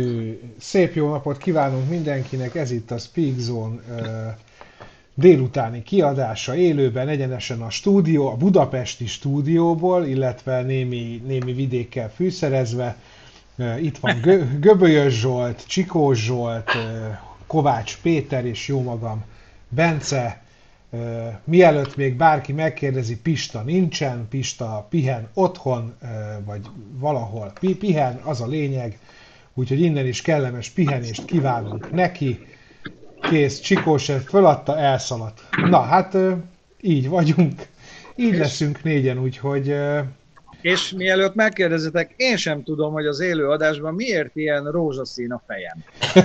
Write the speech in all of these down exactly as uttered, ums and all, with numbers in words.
Szép jó napot kívánunk mindenkinek, ez itt a Speak Zone uh, délutáni kiadása, élőben egyenesen a stúdió, a budapesti stúdióból, illetve némi, némi vidékkel fűszerezve. Uh, itt van Gö- Göbölyös Zsolt, Csikós Zsolt, uh, Kovács Péter és jó magam Bence. Uh, mielőtt még bárki megkérdezi, Pista nincsen, Pista pihen otthon, uh, vagy valahol pi- pihen, az a lényeg. Úgyhogy innen is kellemes pihenést kívánunk neki. Kész, Csikós föladta, elszaladt. Na, hát így vagyunk. Így leszünk négyen, úgyhogy... És mielőtt megkérdezitek, én sem tudom, hogy az élő adásban miért ilyen rózsaszín a fejem.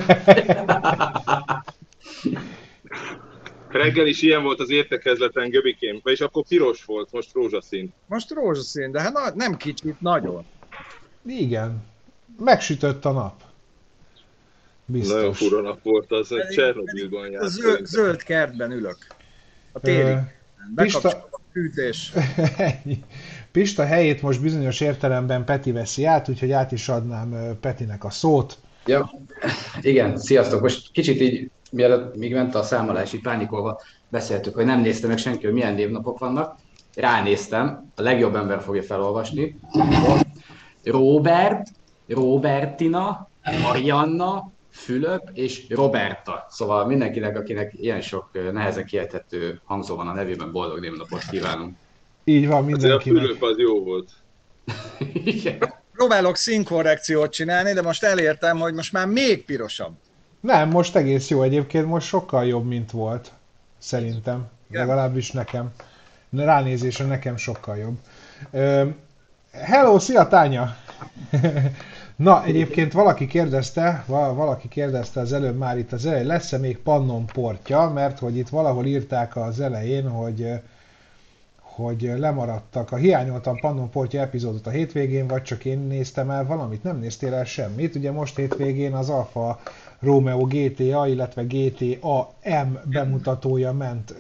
Reggel is ilyen volt az értekezleten, Göbikém, és akkor piros volt, most rózsaszín. Most rózsaszín, de hát na, nem kicsit, nagyon. Igen. Megsütött a nap. Biztos. Nagyon fura nap volt, az Csernobilban járt. A zöld, zöld kertben ülök. A téli. Bekapcsolom a fűtés. Pista helyét most bizonyos értelemben Peti veszi át, úgyhogy át is adnám Petinek a szót. Ja, igen, sziasztok. Most kicsit így, mielőtt még ment a számolás, így pánikolva beszéltük, hogy nem néztem meg senki, hogy milyen névnapok vannak. Ránéztem, a legjobb ember fogja felolvasni. Robert, Robertina, Marianna, Fülöp és Roberta. Szóval mindenkinek, akinek ilyen sok nehezen kiejthető hangzó van a nevében, boldog névnapot kívánunk. Így van, mindenkinek. A Fülöp az jó volt. Igen. Próbálok színkorrekciót csinálni, de most elértem, hogy most már még pirosabb. Nem, most egész jó egyébként, most sokkal jobb, mint volt. Szerintem. Igen. Legalábbis nekem. Ránézésre nekem sokkal jobb. Uh, hello, szia Tánya! Na, egyébként valaki kérdezte, valaki kérdezte az előbb már itt az elején, lesz-e még Pannon portja, mert hogy itt valahol írták az elején, hogy, hogy lemaradtak. A hiányoltam Pannon portja epizódot a hétvégén, vagy csak én néztem el valamit, nem néztél el semmit. Ugye most hétvégén az Alfa Romeo gé té á, illetve gé té á M bemutatója ment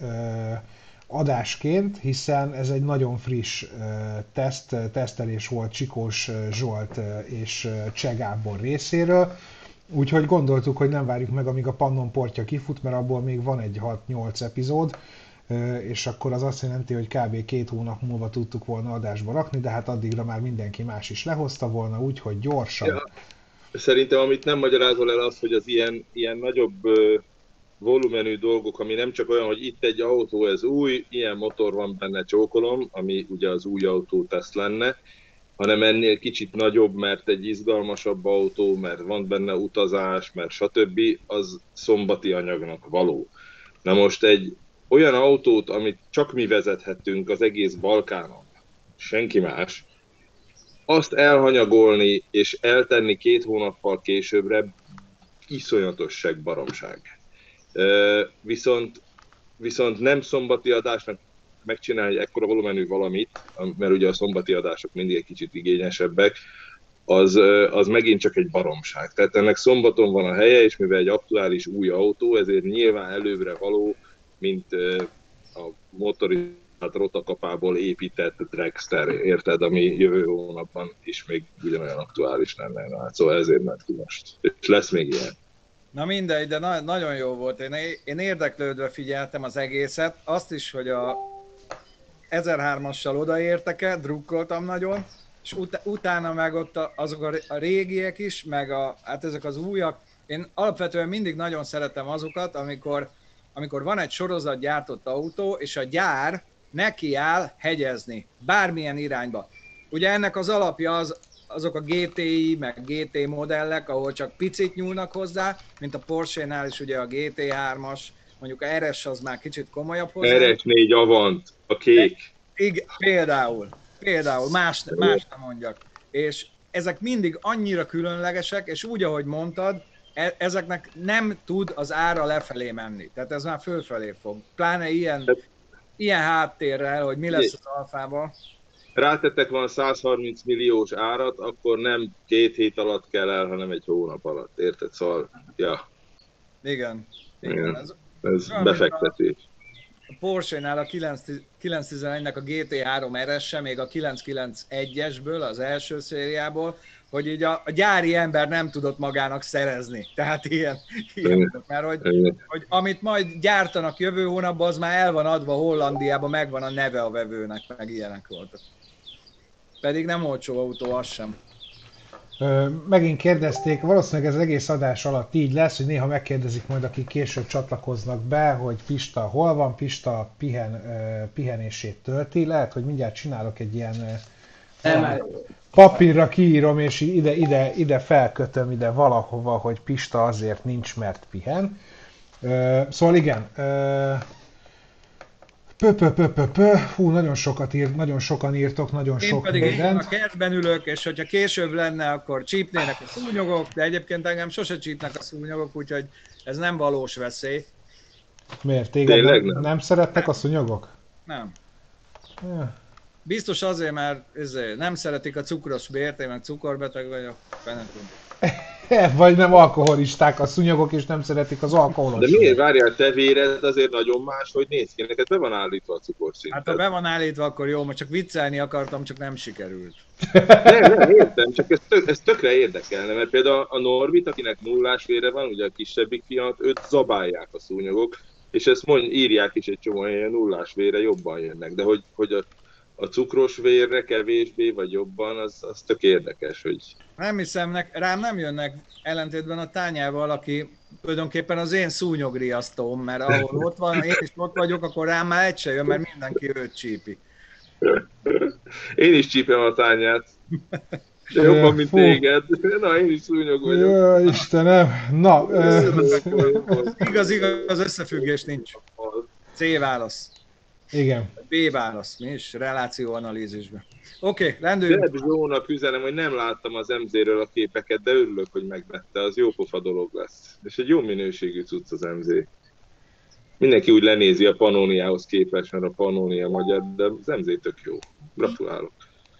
adásként, hiszen ez egy nagyon friss uh, teszt, tesztelés volt Csikós Zsolt uh, és uh, Cseh Gábor részéről, úgyhogy gondoltuk, hogy nem várjuk meg, amíg a Pannon portja kifut, mert abból még van egy hat-nyolc epizód, uh, és akkor az azt jelenti, hogy kb. Két hónap múlva tudtuk volna adásba rakni, de hát addigra már mindenki más is lehozta volna, úgyhogy gyorsan. Ja. Szerintem amit nem magyarázol el az, hogy az ilyen, ilyen nagyobb uh... volumenű dolgok, ami nem csak olyan, hogy itt egy autó, ez új, ilyen motor van benne, csókolom, ami ugye az új autó teszt lenne, hanem ennél kicsit nagyobb, mert egy izgalmasabb autó, mert van benne utazás, mert stb. Az szombati anyagnak való. Na most egy olyan autót, amit csak mi vezethettünk az egész Balkánon, senki más, azt elhanyagolni és eltenni két hónappal későbbre iszonyatos segbaromság. Uh, viszont, viszont nem szombati adásnak megcsinálni egy ekkora volumenű valamit, mert ugye a szombati adások mindig egy kicsit igényesebbek, az, az megint csak egy baromság. Tehát ennek szombaton van a helye, és mivel egy aktuális új autó, ezért nyilván előbbre való, mint uh, a motorizált rotakapából épített dragster, érted, ami jövő hónapban is még ugyanolyan aktuális lenne. Hát szóval ezért ment ki most. És lesz még ilyen. Na mindegy, de na- nagyon jó volt. Én, én érdeklődve figyeltem az egészet. Azt is, hogy a ezerhármassal odaértek-e, drukkoltam nagyon, és ut- utána meg ott a, azok a, a régiek is, meg a, hát ezek az újak. Én alapvetően mindig nagyon szeretem azokat, amikor, amikor van egy sorozatgyártott autó, és a gyár nekiáll hegyezni, bármilyen irányba. Ugye ennek az alapja az, azok a gé té i, meg gé té modellek, ahol csak picit nyúlnak hozzá, mint a Porsche-nál is ugye a gé té hármas, mondjuk a er es az már kicsit komolyabb hozzá. er es négy Avant, a kék. Igen, például, például, más, más nem mondjak. És ezek mindig annyira különlegesek, és úgy, ahogy mondtad, e- ezeknek nem tud az ára lefelé menni. Tehát ez már fölfelé fog. Pláne ilyen, ilyen háttérrel, hogy mi lesz az Alfával. Rátettek van százharminc milliós árat, akkor nem két hét alatt kell el, hanem egy hónap alatt, érted? Szóval, ja. Igen. Igen. Igen. Ez, Ez olyan, befektetés. Porsche-nál a kilencszáztizenegynek a gé té három er es-e, még a kilencszázkilencvenegyesből, az első szériából, hogy így a, a gyári ember nem tudott magának szerezni. Tehát ilyen, ilyen mert hogy, hogy amit majd gyártanak jövő hónapban, az már el van adva Hollandiában, megvan a neve a vevőnek, meg ilyenek voltak. Pedig nem olcsó autó, az sem. Megint kérdezték, valószínűleg ez az egész adás alatt így lesz, hogy néha megkérdezik majd, akik később csatlakoznak be, hogy Pista hol van, Pista pihen, pihenését tölti. Lehet, hogy mindjárt csinálok egy ilyen papírra kiírom, és ide, ide, ide felkötöm ide valahova, hogy Pista azért nincs, mert pihen. Szóval igen, Pö, pö, pö, pö, pö. Hú, nagyon sokat írt, nagyon sokan írtok, nagyon én sok pedig mindent. Én pedig a kertben ülök, és hogyha később lenne, akkor csípnének a szúnyogok, de egyébként engem sose csípnek a szúnyogok, úgyhogy ez nem valós veszély. Miért? Téged nem, nem. nem szerettek a szúnyogok? Nem. Ja. Biztos azért, mert ezért nem szeretik a cukros bért, én meg cukorbeteg vagyok, fenetünk. Vagy nem alkoholisták a szúnyogok, és nem szeretik az alkoholos. De miért várjál, te véred azért nagyon más, hogy néz ki, neked be van állítva a cukorszint. Hát ha be van állítva, akkor jó, most csak viccelni akartam, csak nem sikerült. Nem, nem, értem, csak ez, tök, ez tökre érdekelne, mert például a Norbit, akinek nullás vére van, ugye a kisebbik fiat, őt zabálják a szúnyogok, és ezt mond, írják is egy csomó helyen, nullás vére jobban jönnek, de hogy, hogy a a cukros vérre kevésbé vagy jobban, az, az tök érdekes, hogy... Nem hiszem, nek, rám nem jönnek ellentétben a Tányával, aki tulajdonképpen az én szúnyogriasztóm, mert ahol ott van, én is ott vagyok, akkor rám már egy se jön, mert mindenki őt csípi. Én is csípem a Tányát. De jobban, mint Fú. téged. Na, én is szúnyog vagyok. Jó, Istenem. Na, igaz, igaz, az összefüggés nincs. C válasz. Igen. B válasz, mi is? Relációanalízisben. Oké, okay, rendőrünk. Debs Zsónak üzenem, hogy nem láttam az em zé-ről a képeket, de örülök, hogy megvette, az jó pofa dolog lesz. És egy jó minőségű cucc az em zé. Mindenki úgy lenézi a Pannoniához képest, mert a Pannonia magyar, de az em zé tök jó. Gratulálok.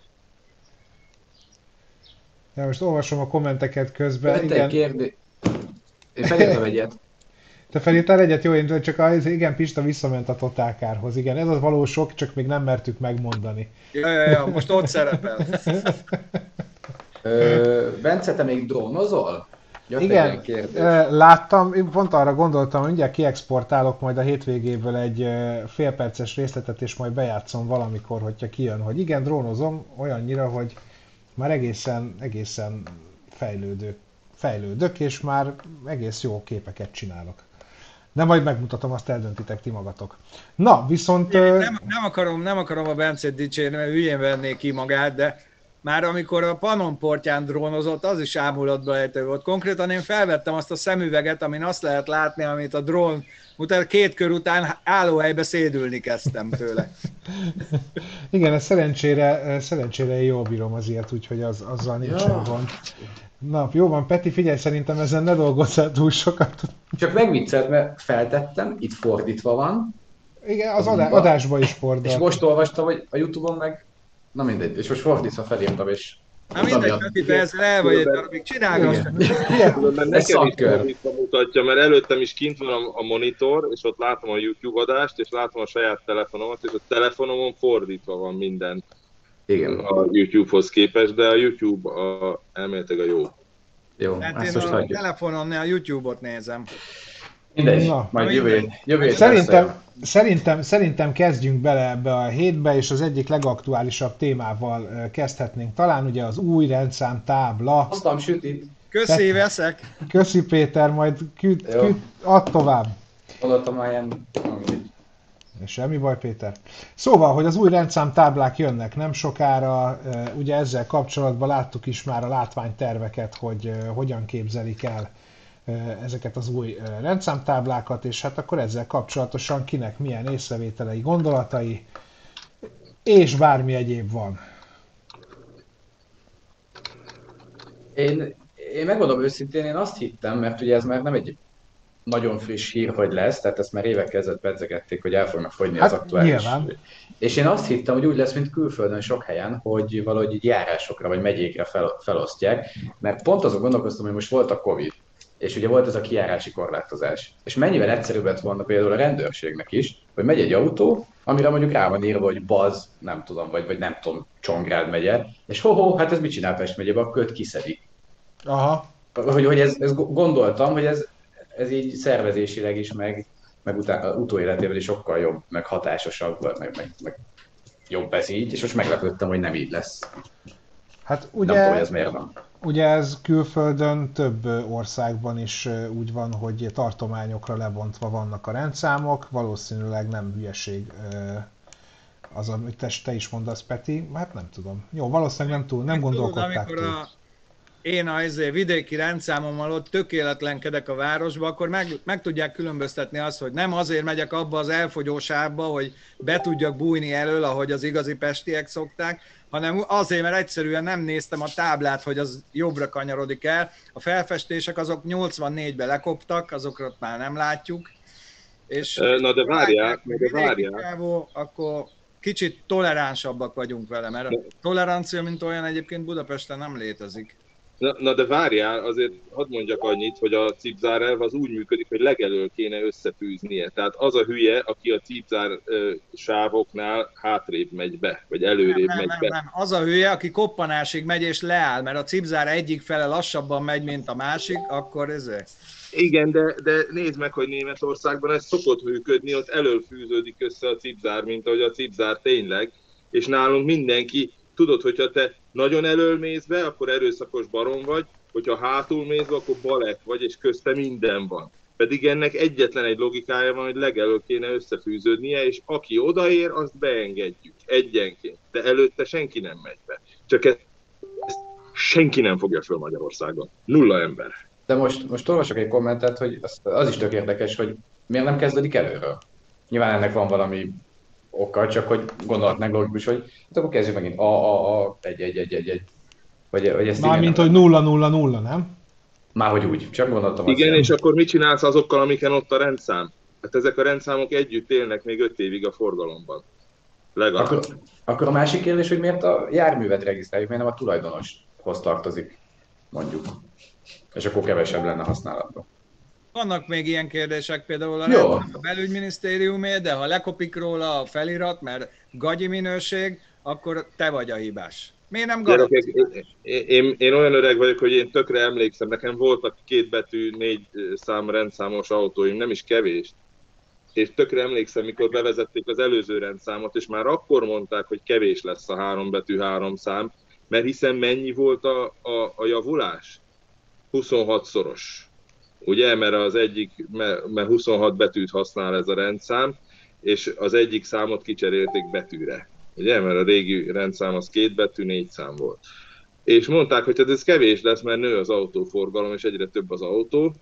Ja, most olvasom a kommenteket közben. Vette igen. Kérdé... Én felírtam egyet. Te felírtál egyet? Jó, én csak az, igen, Pista visszament a totálkárhoz. Igen, ez az való sok, csak még nem mertük megmondani. Ja, ja, ja, most ott szerepel. Ö, Bence, te még drónozol? Jött igen, láttam, én pont arra gondoltam, hogy mindjárt kiexportálok majd a hétvégéből egy félperces részletet, és majd bejátszom valamikor, hogyha kijön, hogy igen, drónozom olyannyira, hogy már egészen, egészen fejlődő, fejlődök, és már egész jó képeket csinálok. De majd megmutatom, azt eldöntitek ti magatok. Na, viszont... Nem, nem, akarom, nem akarom a Bencét dicsérni, mert hülyén vennék ki magát, de már amikor a Pannonportján drónozott, az is ámulatba ejtő volt. Konkrétan én felvettem azt a szemüveget, amin azt lehet látni, amit a drón utána két kör után állóhelybe szédülni kezdtem tőle. Igen, ez szerencsére, szerencsére jól bírom azért, úgyhogy az, azzal nincsen ja. gond. Na, jó van, Peti, figyelj, szerintem ezen ne dolgozzál túl sokat. Csak megviccelt, mert feltettem, itt fordítva van. Igen, az adá- adásba is fordult. És most olvastam, hogy a Youtube-on meg, na mindegy, és most fordítva felírtam, és... Na mindegy, Peti, te ezzel el vagy egy darabig, csinálgass! Nekem is fordítva mutatja, mert előttem is kint van a, a monitor, és ott látom a YouTube adást, és látom a saját telefonomat, és a telefonomon fordítva van minden. Igen. A YouTube-hoz képest, de a YouTube a, elméletileg a jó. Jó, hát én a telefonon a YouTube-ot nézem. Mindegy, Na, majd jövő, jövő szerintem, szerintem, szerintem kezdjünk bele ebbe a hétbe, és az egyik legaktuálisabb témával kezdhetnénk. Talán ugye az új rendszámtábla. Hoztam sütit. Köszi, veszek. Köszi Péter, majd küld, küld, add tovább. Odaadtam már ilyen... Semmi baj, Péter. Szóval, hogy az új rendszámtáblák jönnek nem sokára, ugye ezzel kapcsolatban láttuk is már a látványterveket, hogy hogyan képzelik el ezeket az új rendszámtáblákat, és hát akkor ezzel kapcsolatosan kinek milyen észrevételei, gondolatai, és bármi egyéb van. Én, én megmondom őszintén, én azt hittem, mert ugye ez már nem egy nagyon friss hír, hogy lesz, tehát ezt már évekkel ezelőtt pedzegették, hogy el fognak fogyni hát, az aktuális. Nyilván. És én azt hittem, hogy úgy lesz, mint külföldön sok helyen, hogy valahogy járásokra vagy megyékre fel, felosztják, mert pont azon gondolkoztam, hogy most volt a Covid, és ugye volt ez a kijárási korlátozás. És mennyivel egyszerűbb lett volna például a rendőrségnek is, hogy megy egy autó, amire mondjuk rá van írva, hogy Baz, nem tudom, vagy, vagy nem tudom, Csongrád megye, és ho-ho, hát ez mit csinál Pest megyébe, akkor őt kiszedi. Aha. Hogy, hogy ez, ez gondoltam, hogy ez, ez így szervezésileg is, meg, meg utá, utóéletében is sokkal jobb, meg hatásosabb, meg, meg, meg jobb ez így, és most meglepődtem, hogy nem így lesz. Hát Nem ugye, tudom, hogy ez miért van. ugye ez külföldön több országban is úgy van, hogy tartományokra lebontva vannak a rendszámok, valószínűleg nem hülyeség az, amit te, te is mondasz, Peti, hát nem tudom. Jó, valószínűleg nem túl, nem gondolkodták túl. A, én a izé, vidéki rendszámommal ott tökéletlenkedek a városba, akkor meg, meg tudják különböztetni azt, hogy nem azért megyek abba az elfogyósávba, hogy be tudjak bújni elől, ahogy az igazi pestiek szokták, hanem azért, mert egyszerűen nem néztem a táblát, hogy az jobbra kanyarodik el. A felfestések azok nyolcvannégyben lekoptak, azokat már nem látjuk. És Na de várjál, de várjál. Kávó, akkor kicsit toleránsabbak vagyunk vele, mert a tolerancia, mint olyan egyébként Budapesten nem létezik. Na, na de várjál, azért hadd mondjak annyit, hogy a cipzár elv az úgy működik, hogy legelől kéne összefűznie. Tehát az a hülye, aki a cipzár ö, sávoknál hátrébb megy be, vagy előrébb nem, nem, megy nem, be. Nem, az a hülye, aki koppanásig megy és leáll, mert a cipzár egyik fele lassabban megy, mint a másik, akkor ezért. Igen, de, de nézd meg, hogy Németországban ez szokott működni, ott elől fűződik össze a cipzár, mint ahogy a cipzár tényleg, és nálunk mindenki, tudod, hogyha te nagyon elől mész be, akkor erőszakos barom vagy, hogyha hátul mész be, akkor balett vagy, és közte minden van. Pedig ennek egyetlen egy logikája van, hogy legelől kéne összefűződnie, és aki odaér, azt beengedjük egyenként. De előtte senki nem megy be. Csak ezt, ezt senki nem fogja föl Magyarországon. Nulla ember. De most, most olvasok egy kommentet, hogy az, az is tök érdekes, hogy miért nem kezdődik előről. Nyilván ennek van valami oka, csak hogy gondolatnánk logikus, hogy hát akkor kezdjük megint a, a, a, egy, egy, egy, egy, egy. Vagy, vagy ezt Mármint, hogy nulla nulla nulla, nem? Már hogy úgy, csak gondoltam. Igen, és akkor mit csinálsz azokkal, amiken ott a rendszám? Hát ezek a rendszámok együtt élnek még öt évig a forgalomban. Legalább. Akkor, akkor a másik kérdés, hogy miért a járművet regisztráljuk, miért nem a tulajdonoshoz tartozik, mondjuk. És akkor kevesebb lenne használatban. Vannak még ilyen kérdések, például a, a belügyminisztériumé, de ha lekopik róla a felirat, mert gagyi minőség, akkor te vagy a hibás. Miért nem garantálás? Én, én, én olyan öreg vagyok, hogy én tökre emlékszem, nekem voltak két betű, négy szám rendszámos autóim, nem is kevés. És tökre emlékszem, mikor bevezették az előző rendszámot, és már akkor mondták, hogy kevés lesz a három betű, három szám, mert hiszen mennyi volt a, a, a javulás? huszonhatszoros. Ugye, mert az egyik, mert huszonhat betűt használ ez a rendszám, és az egyik számot kicserélték betűre. Ugye, mert a régi rendszám az két betű, négy szám volt. És mondták, hogy ez kevés lesz, mert nő az autóforgalom, és egyre több az autó.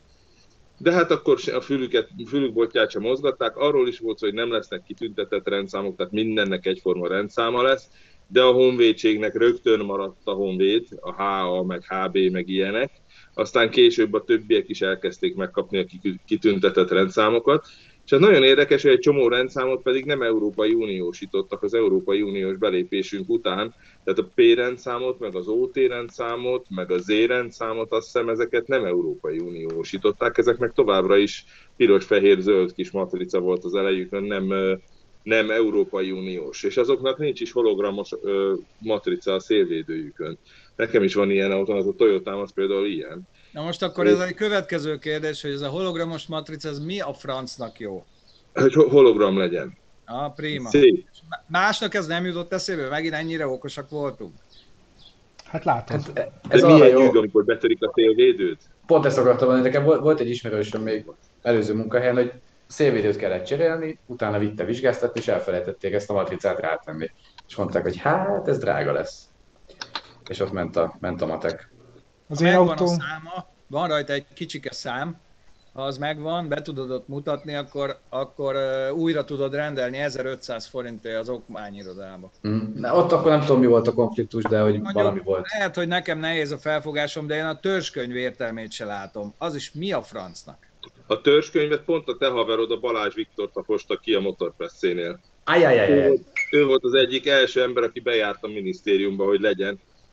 De hát akkor a fülüket, fülükbotját sem mozgatták, arról is volt, hogy nem lesznek kitüntetett rendszámok, tehát mindennek egyforma rendszáma lesz, de a honvédségnek rögtön maradt a honvéd, a há á, meg há bé, meg ilyenek. Aztán később a többiek is elkezdték megkapni a kitüntetett rendszámokat. És ez nagyon érdekes, hogy egy csomó rendszámot pedig nem Európai Uniósítottak az Európai Uniós belépésünk után. Tehát a P rendszámot, meg az ó té rendszámot, meg a Z rendszámot, azt hiszem ezeket nem Európai Uniósították. Ezek meg továbbra is piros-fehér-zöld kis matrica volt az elejükön, nem, nem Európai Uniós. És azoknak nincs is hologramos ö, matrica a szélvédőjükön. Nekem is van ilyen autó, az a Toyotám az például ilyen. Na most akkor ez egy következő kérdés, hogy ez a hologramos matrica, ez mi a francnak jó? Hogy hologram legyen. Ah, prima. Szép. Másnak ez nem jutott eszébe? Megint ennyire okosak voltunk? Hát látod. Hát, ez De milyen nyűg, amikor betörik a szélvédőt? Pont ezt akartam mondani, nekem volt egy ismerősöm még előző munkahelyen, hogy szélvédőt kellett cserélni, utána vitte vizsgáztatni, és elfelejtették ezt a matricát rátenni. És mondták, hogy hát ez drága lesz. És ott ment a, ment a matek. Az én autó... a száma, van rajta egy kicsike szám, ha az megvan, be tudod ott mutatni, akkor, akkor uh, újra tudod rendelni ezerötszáz forintért az okmányirodába. Mm. Na, ott akkor nem tudom, mi volt a konfliktus, de hogy Mondjuk, valami volt. Lehet, hogy nekem nehéz a felfogásom, de én a törzskönyv értelmét se látom. Az is mi a francnak? A törzskönyvet pont a te haverod, a Balázs Viktor taposta ki a motorpresszénél. Ajajajaj. Ő, ő volt az egyik első ember, aki bejárt a minisztériumba, hogy legyen.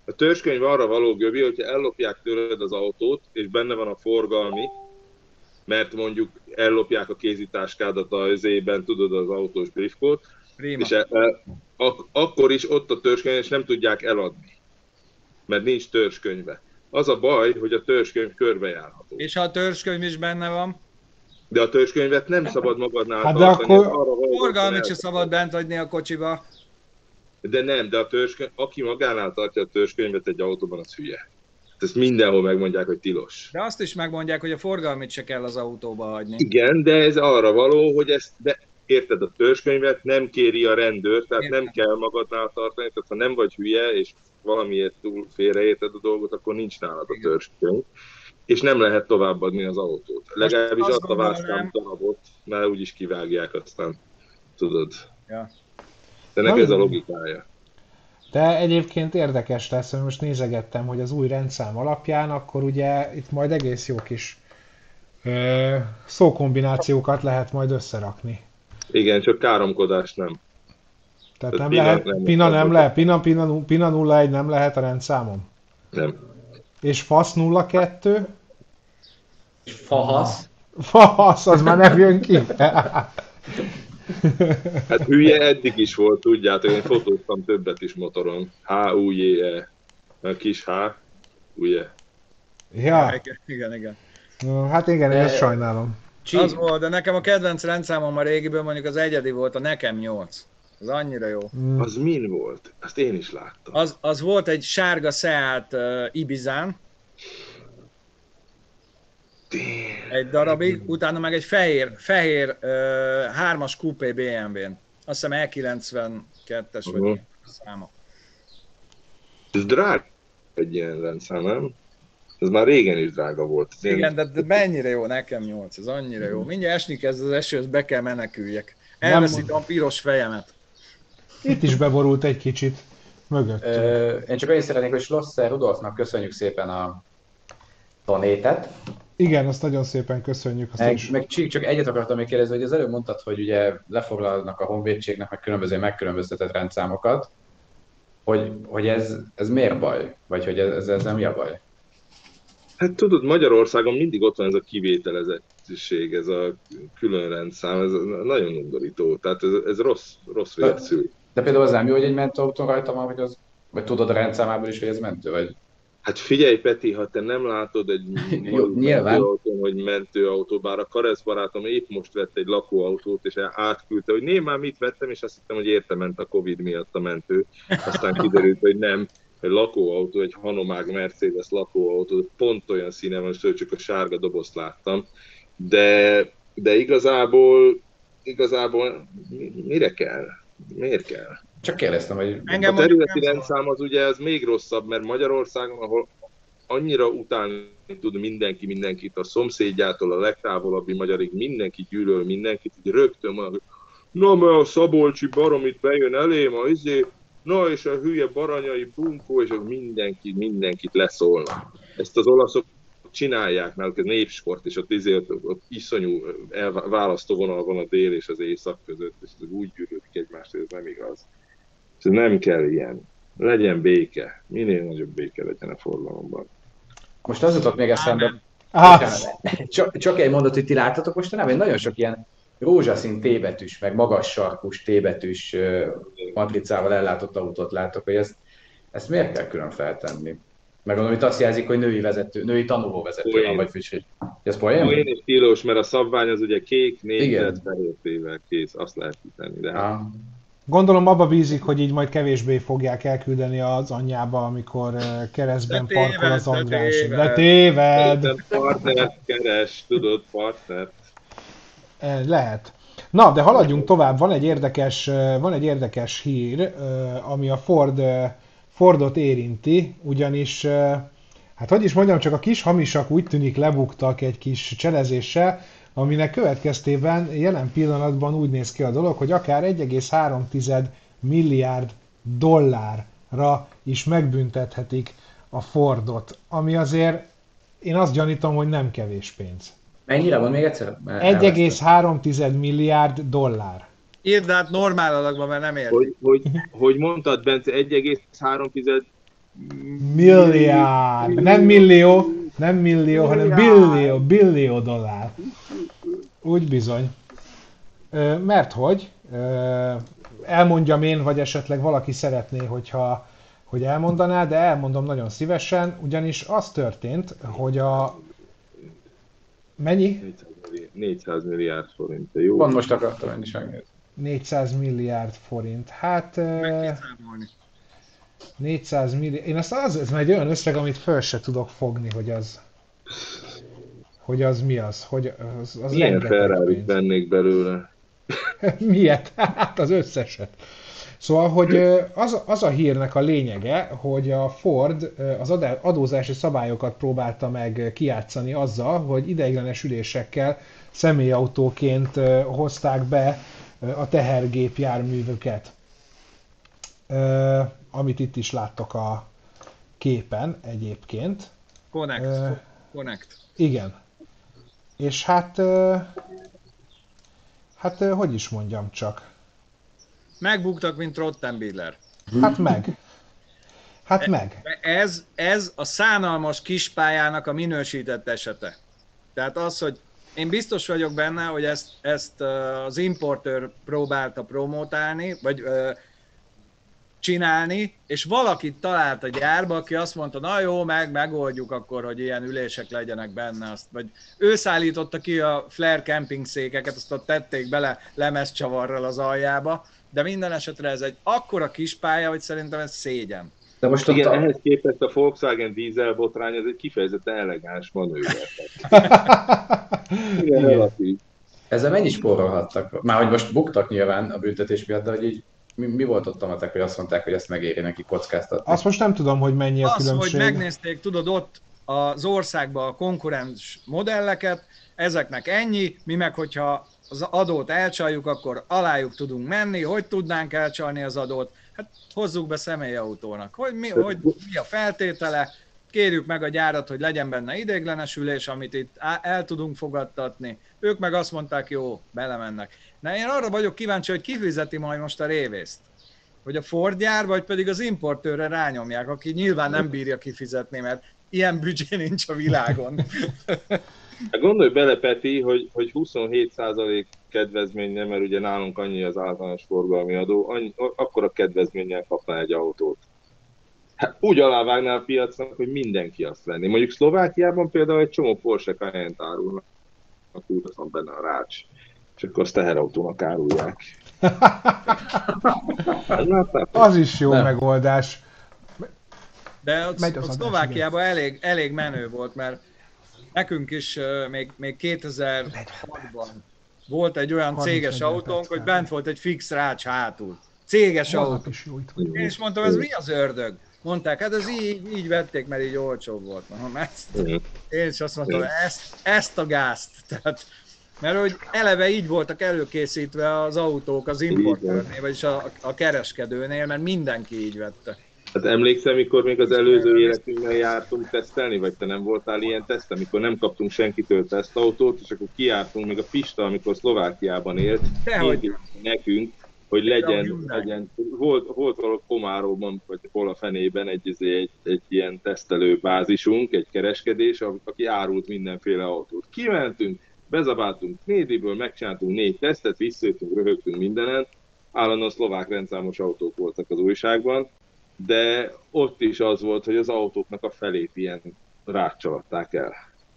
A törzskönyv arra való, Göbi, hogyha ellopják tőled az autót, és benne van a forgalmi, mert mondjuk ellopják a kézitáskádat a özében, tudod, az autós briefkót, és e, e, ak- akkor is ott a törzskönyv, és nem tudják eladni, mert nincs törzskönyve. Az a baj, hogy a törzskönyv körbejárható. És ha a törzskönyv is benne van? De a törzskönyvet nem szabad magadnál hát tartani. Akkor... Arra forgalmit se szabad bent hagyni a kocsiba. De nem, de a törzskönyv, aki magánál tartja a törzskönyvet egy autóban, az hülye. Ezt mindenhol megmondják, hogy tilos. De azt is megmondják, hogy a forgalmit se kell az autóba hagyni. Igen, de ez arra való, hogy ezt, de érted, a törzskönyvet nem kéri a rendőr, tehát Értem. nem kell magadnál tartani, tehát ha nem vagy hülye, és valamiért túl félreérted a dolgot, akkor nincs nálad a törzskönyv. És nem lehet továbbadni az autót. Legalábbis azt, azt a vásztám darabot, mert úgyis kivágják aztán, tudod. Ja. De ennek ez a logikája. De egyébként érdekes lesz, hogy most nézegettem, hogy az új rendszám alapján, akkor ugye itt majd egész jó kis ö, szókombinációkat lehet majd összerakni. Igen, csak káromkodás nem. Tehát nem lehet, nem Pina nem lehet, Pina, Pina, Pina nulla egy nem lehet a rendszámon? Nem. És Fasz nulla kettő? És Fahasz? Fahasz, az már nem jön ki. Hát hülye eddig is volt, tudjátok, én fotóztam többet is motoron. H-U-J-E. A kis H, ugye? Ja. Igen, igen. igen. No, hát igen, én ezt sajnálom. Az volt, de nekem a kedvenc rendszámom a régiből mondjuk az egyedi volt, a Nekem nyolc. Az annyira jó. Mm. Az min volt? Azt én is láttam. Az, az volt egy sárga Seat uh, Ibizán. Egy darabig, utána meg egy fehér, fehér uh, hármas coupé bé em vén. Azt hiszem E kilencvenkettes uh-huh. vagy száma. Ez drága egy ilyen rendszám, nem? Ez már régen is drága volt. Ez igen, én... de, de mennyire jó, Nekem nyolc, ez annyira jó. Mindjárt esni kezd az eső, ezt be kell meneküljek. Elveszítem a piros fejemet. Itt is beborult egy kicsit mögött. Ö, én csak annyit szeretnék, hogy Schlosser Rudolfnak köszönjük szépen a donétet. Igen, azt nagyon szépen köszönjük. Azt meg, is. meg Csík, csak egyet akartam még kérdezni, hogy az előbb mondtad, hogy ugye lefoglalnak a honvédségnek meg különböző megkülönböztetett rendszámokat, hogy, hogy ez, ez miért baj? Vagy hogy ez, ez, ez nem mi a baj? Hát tudod, Magyarországon mindig ott van ez a kivételezettség, ez a külön rendszám, ez nagyon undorító, tehát ez, ez rossz, rossz vért szül. De például az nem jó, hogy egy mentőautón rajta van, hogy az, vagy tudod a rendszámából is, hogy ez mentő, vagy? Hát figyelj, Peti, ha te nem látod egy mentőautón, hogy mentőautó, bár a Karesz barátom épp most vett egy lakóautót, és átküldte, hogy né, már mit vettem, és azt hittem, hogy érte ment a Covid miatt a mentő. Aztán kiderült, hogy nem, egy lakóautó, egy Hanomag Mercedes lakóautó, pont olyan színe van, hogy csak a sárga dobozt láttam. De, de igazából, igazából mire kell? Miért kell? Csak kérdeztem, hogy... Engem a területi rendszám az ugye ez még rosszabb, mert Magyarországon, ahol annyira utálni tud mindenki mindenkit, a szomszédjától a legtávolabbi magyarig mindenki gyűlöl mindenkit, így rögtön mondja, hogy na, mert a Szabolcsi baromit bejön elém, a izé, na és a hülye baranyai bunkó, és mindenki, mindenkit leszólnak. Ezt az olaszok csinálják, náluk ez népsport, és ott, izé, ott iszonyú választóvonal van a dél és az észak között, és úgy gyűlölik egymást, hogy ez nem igaz. Ez nem kell ilyen. Legyen béke. Minél nagyobb béke legyen a forgalomban. Most az jutott még eszembe. Csak, csak egy mondat, hogy ti láttatok mostanában, nagyon sok ilyen rózsaszín T-betűs, meg magas sarkus T-betűs matricával ellátott autót látok, hogy ezt, ezt miért kell külön feltenni? Meg gondolom, itt azt jelzik, hogy női vezető, női tanulóvezető van, vagy füsségy. Ez poén? Poén és stílus, mert a szabvány az ugye kék, négyzet, fehér kész, azt lehet tenni. De hát... Gondolom abba bízik, hogy így majd kevésbé fogják elküldeni az anyjába, amikor keresztben téved, parkol az András. De téved! De partnert keres, tudod, partnert. Lehet. Na, de haladjunk tovább. Van egy érdekes, van egy érdekes hír, ami a Ford, Fordot érinti, ugyanis, hát hogy is mondjam, csak a kis hamisak úgy tűnik lebuktak egy kis cselezéssel, aminek következtében jelen pillanatban úgy néz ki a dolog, hogy akár egy egész három milliárd dollárra is megbüntethetik a Fordot, ami azért én azt gyanítom, hogy nem kevés pénz. Mennyire van még egyszer? egy egész három milliárd dollár. Írd át normál alakban, mert nem értik. Hogy, hogy, hogy mondtad, Bence, egy egész három Milliárd! Nem millió, nem millió, hanem billió, billió dollár. Úgy bizony. Ö, mert hogy? Ö, elmondjam én, vagy esetleg valaki szeretné, hogyha, hogy elmondaná, de elmondom nagyon szívesen, ugyanis az történt, hogy a... Mennyi? négyszáz milliárd forint, jó? Pont most akartam én is megnézni. négyszáz milliárd forint. Hát... Megkiszámolni. négyszáz milliárd... Én azt az, ez már egy olyan összeg, amit föl se tudok fogni, hogy az... Hogy az mi az? Hogy az, az Milyen rengeteg Ferrarit pénz. vennék belőle? Miért? Hát az összeset. Szóval, hogy ö, az, az a hírnek a lényege, hogy a Ford ö, az adá- adózási szabályokat próbálta meg kijátszani azzal, hogy ideiglenes ülésekkel személyautóként ö, hozták be ö, a tehergépjárművüket. Ö, amit itt is láttok a képen egyébként. Connect. Ö, Connect. Igen. És hát... ö, hát ö, hogy is mondjam csak. Megbuktak, mint Rottenbiller. Hát meg. Hát meg. Ez, ez a szánalmas kispályának a minősített esete. Tehát az, hogy én biztos vagyok benne, hogy ezt, ezt az importőr próbálta promotálni, vagy ö, csinálni, és valakit talált a gyárba, aki azt mondta, na jó, meg megoldjuk akkor, hogy ilyen ülések legyenek benne. Azt, vagy ő szállította ki a Flare camping székeket, azt ott tették bele lemezcsavarral az aljába, de minden esetre ez egy akkora kispálya, hogy szerintem ez szégyen. De most Igen, ott a... ehhez képest a Volkswagen dízel botrány, ez egy kifejezetten elegáns manőver. Igen, Igen. relatív. ezzel mennyi spórolhattak? Már hogy most buktak nyilván a büntetés miatt, de hogy így mi, mi volt ott a matek, hogy azt mondták, hogy ezt megéri neki kockáztatni? Azt most nem tudom, hogy mennyi a Az, hogy különbség. megnézték, tudod, ott az országban a konkurens modelleket, ezeknek ennyi, mi meg, hogyha az adót elcsaljuk, akkor alájuk tudunk menni, hogy tudnánk elcsalni az adót? Hát hozzuk be személyautónak. Hogy mi, hogy mi a feltétele, kérjük meg a gyárat, hogy legyen benne ideiglenes ülés, amit itt el tudunk fogadtatni. Ők meg azt mondták, jó, belemennek. Na én arra vagyok kíváncsi, hogy ki fizeti majd most a révészt. Hogy a Ford gyár, vagy pedig az importőrre rányomják, aki nyilván nem bírja kifizetni, mert ilyen büdzsé nincs a világon. Hát gondolj bele, Peti, hogy, hogy huszonhét százalék kedvezmény, nem, mert ugye nálunk annyi az általános forgalmi adó, annyi, akkora kedvezménnyel kapná egy autót. Hát úgy alávágná a piacnak, hogy mindenki azt venni. Mondjuk Szlovákiában például egy csomó Porsche Cayenne-t árulnak, akkor van benne a rács, és akkor azt teherautónak árulják. Az is jó Nem. megoldás. De ott, Megy az ott adás, Szlovákiában elég, elég menő volt, mert nekünk is uh, még, még kétezer-hatban volt egy olyan céges autónk, hogy bent volt egy fix rács hátul. Céges autó. Vannak is jó itt vagy. Én is mondtam, ez mi az ördög? Mondták, hát ez így, így vették, mert így olcsóbb volt. Mondom, ezt, én is azt mondtam, ezt, ezt a gázt. Tehát, mert hogy eleve így voltak előkészítve az autók az importőrnél, vagyis a, a kereskedőnél, mert mindenki így vette. Hát emlékszem, mikor még az előző életünkben jártunk tesztelni, vagy te nem voltál ilyen teszt, amikor nem kaptunk senkitől tesztautót, és akkor kijártunk, még a Pista, amikor Szlovákiában élt, Dehogy. nekünk, hogy legyen, legyen volt, volt valahol Komáróban, vagy hol a fenében egy, egy, egy ilyen tesztelő bázisunk, egy kereskedés, aki árult mindenféle autót. Kimentünk, bezabáltunk nédiből, megcsináltunk négy tesztet, visszajöttünk, röhögtünk mindenen, állandóan szlovák rendszámos autók voltak az újságban, de ott is az volt, hogy az autóknak a felét ilyen rácsalatták el.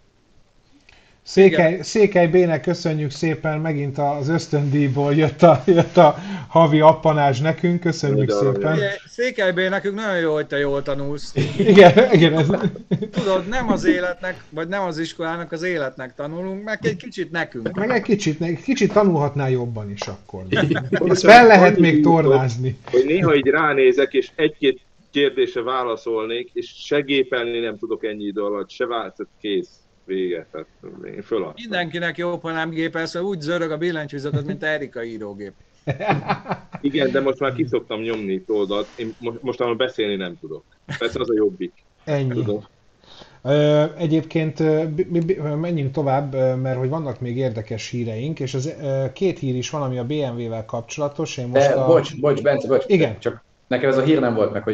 Székely, Székely B-nek köszönjük szépen, megint az ösztöndíjból jött a, jött a havi appanázs nekünk, köszönjük De szépen. Ugye, Székely B, nekünk nagyon jó, hogy te jól tanulsz. Igen, igen, ez... Tudod, nem az életnek, vagy nem az iskolának, az életnek tanulunk, meg egy kicsit nekünk. Meg egy kicsit, egy kicsit tanulhatnál jobban is akkor. Ezt fel lehet még tornázni. Hogy néha így ránézek, és egy-két kérdésre válaszolnék, és se gépelni nem tudok ennyi idő alatt, se változat, kész. Vége, tehát én föladtam. Mindenkinek jobb, ha nem gépelsz, hogy úgy zörög a billentyűzetet, mint Erika írógép. Igen, de most már kiszoktam nyomni itt oldalt, én most, most már beszélni nem tudok. Persze az a jobbik. Ennyi. Tudom. Ö, Egyébként ö, bi- bi- menjünk tovább, ö, mert hogy vannak még érdekes híreink, és az ö, két hír is van, ami a bé em vé-vel kapcsolatos. Én most De a... bocs, bocs, Bence, bocs. Igen. Csak nekem ez a hír nem volt meg, hogy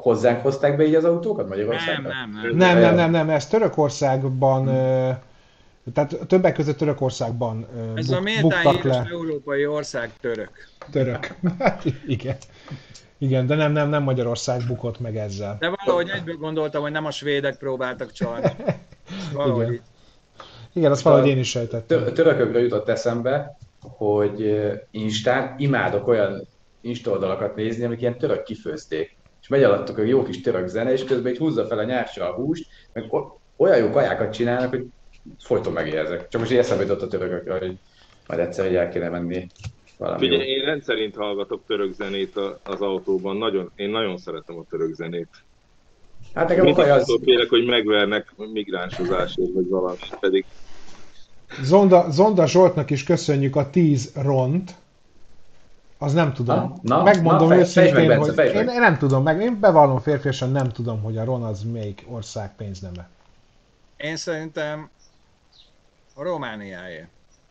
hozzánk hozták be így az autókat Magyarországra? Nem, nem, nem. Nem, nem, nem, nem, ez Törökországban, ö, tehát többek között Törökországban ö, Ez buk, a méltán buktak híres le. európai ország török. Török. Hát igen. Igen, de nem, nem, nem Magyarország bukott meg ezzel. De valahogy egyből gondoltam, hogy nem a svédek próbáltak csalni. Valahogy Igen. így. Igen, azt valahogy én is sejtettem. Tö- Törökökről jutott eszembe, hogy ö, Instán imádok olyan Insta oldalakat nézni, amik ilyen török kifőzték. És megy alattuk a jó kis török zene, és közben így húzza fel a nyársa a húst, meg o- olyan jó kajákat csinálnak, hogy folyton megérzek. Csak most így eszembe jutott a törökökről, hogy majd egyszer így el kéne menni valami jó. Figyelj, én rendszerint hallgatok török zenét a- az autóban, nagyon, én nagyon szeretem a török zenét. Hát nekem a Mindig kaja az... attól félek, hogy megvernek migránsozásért, vagy valami, pedig Zonda, Zonda Zsoltnak is köszönjük a tíz ront. Az nem tudom. Na, na, Megmondom na, fej- fejtsd őszintén, meg, Bence, hogy fejtsd én, meg. én nem tudom, meg én bevallom férfiasan nem tudom, hogy a ron az melyik ország pénzneme. Én szerintem a Romániáé.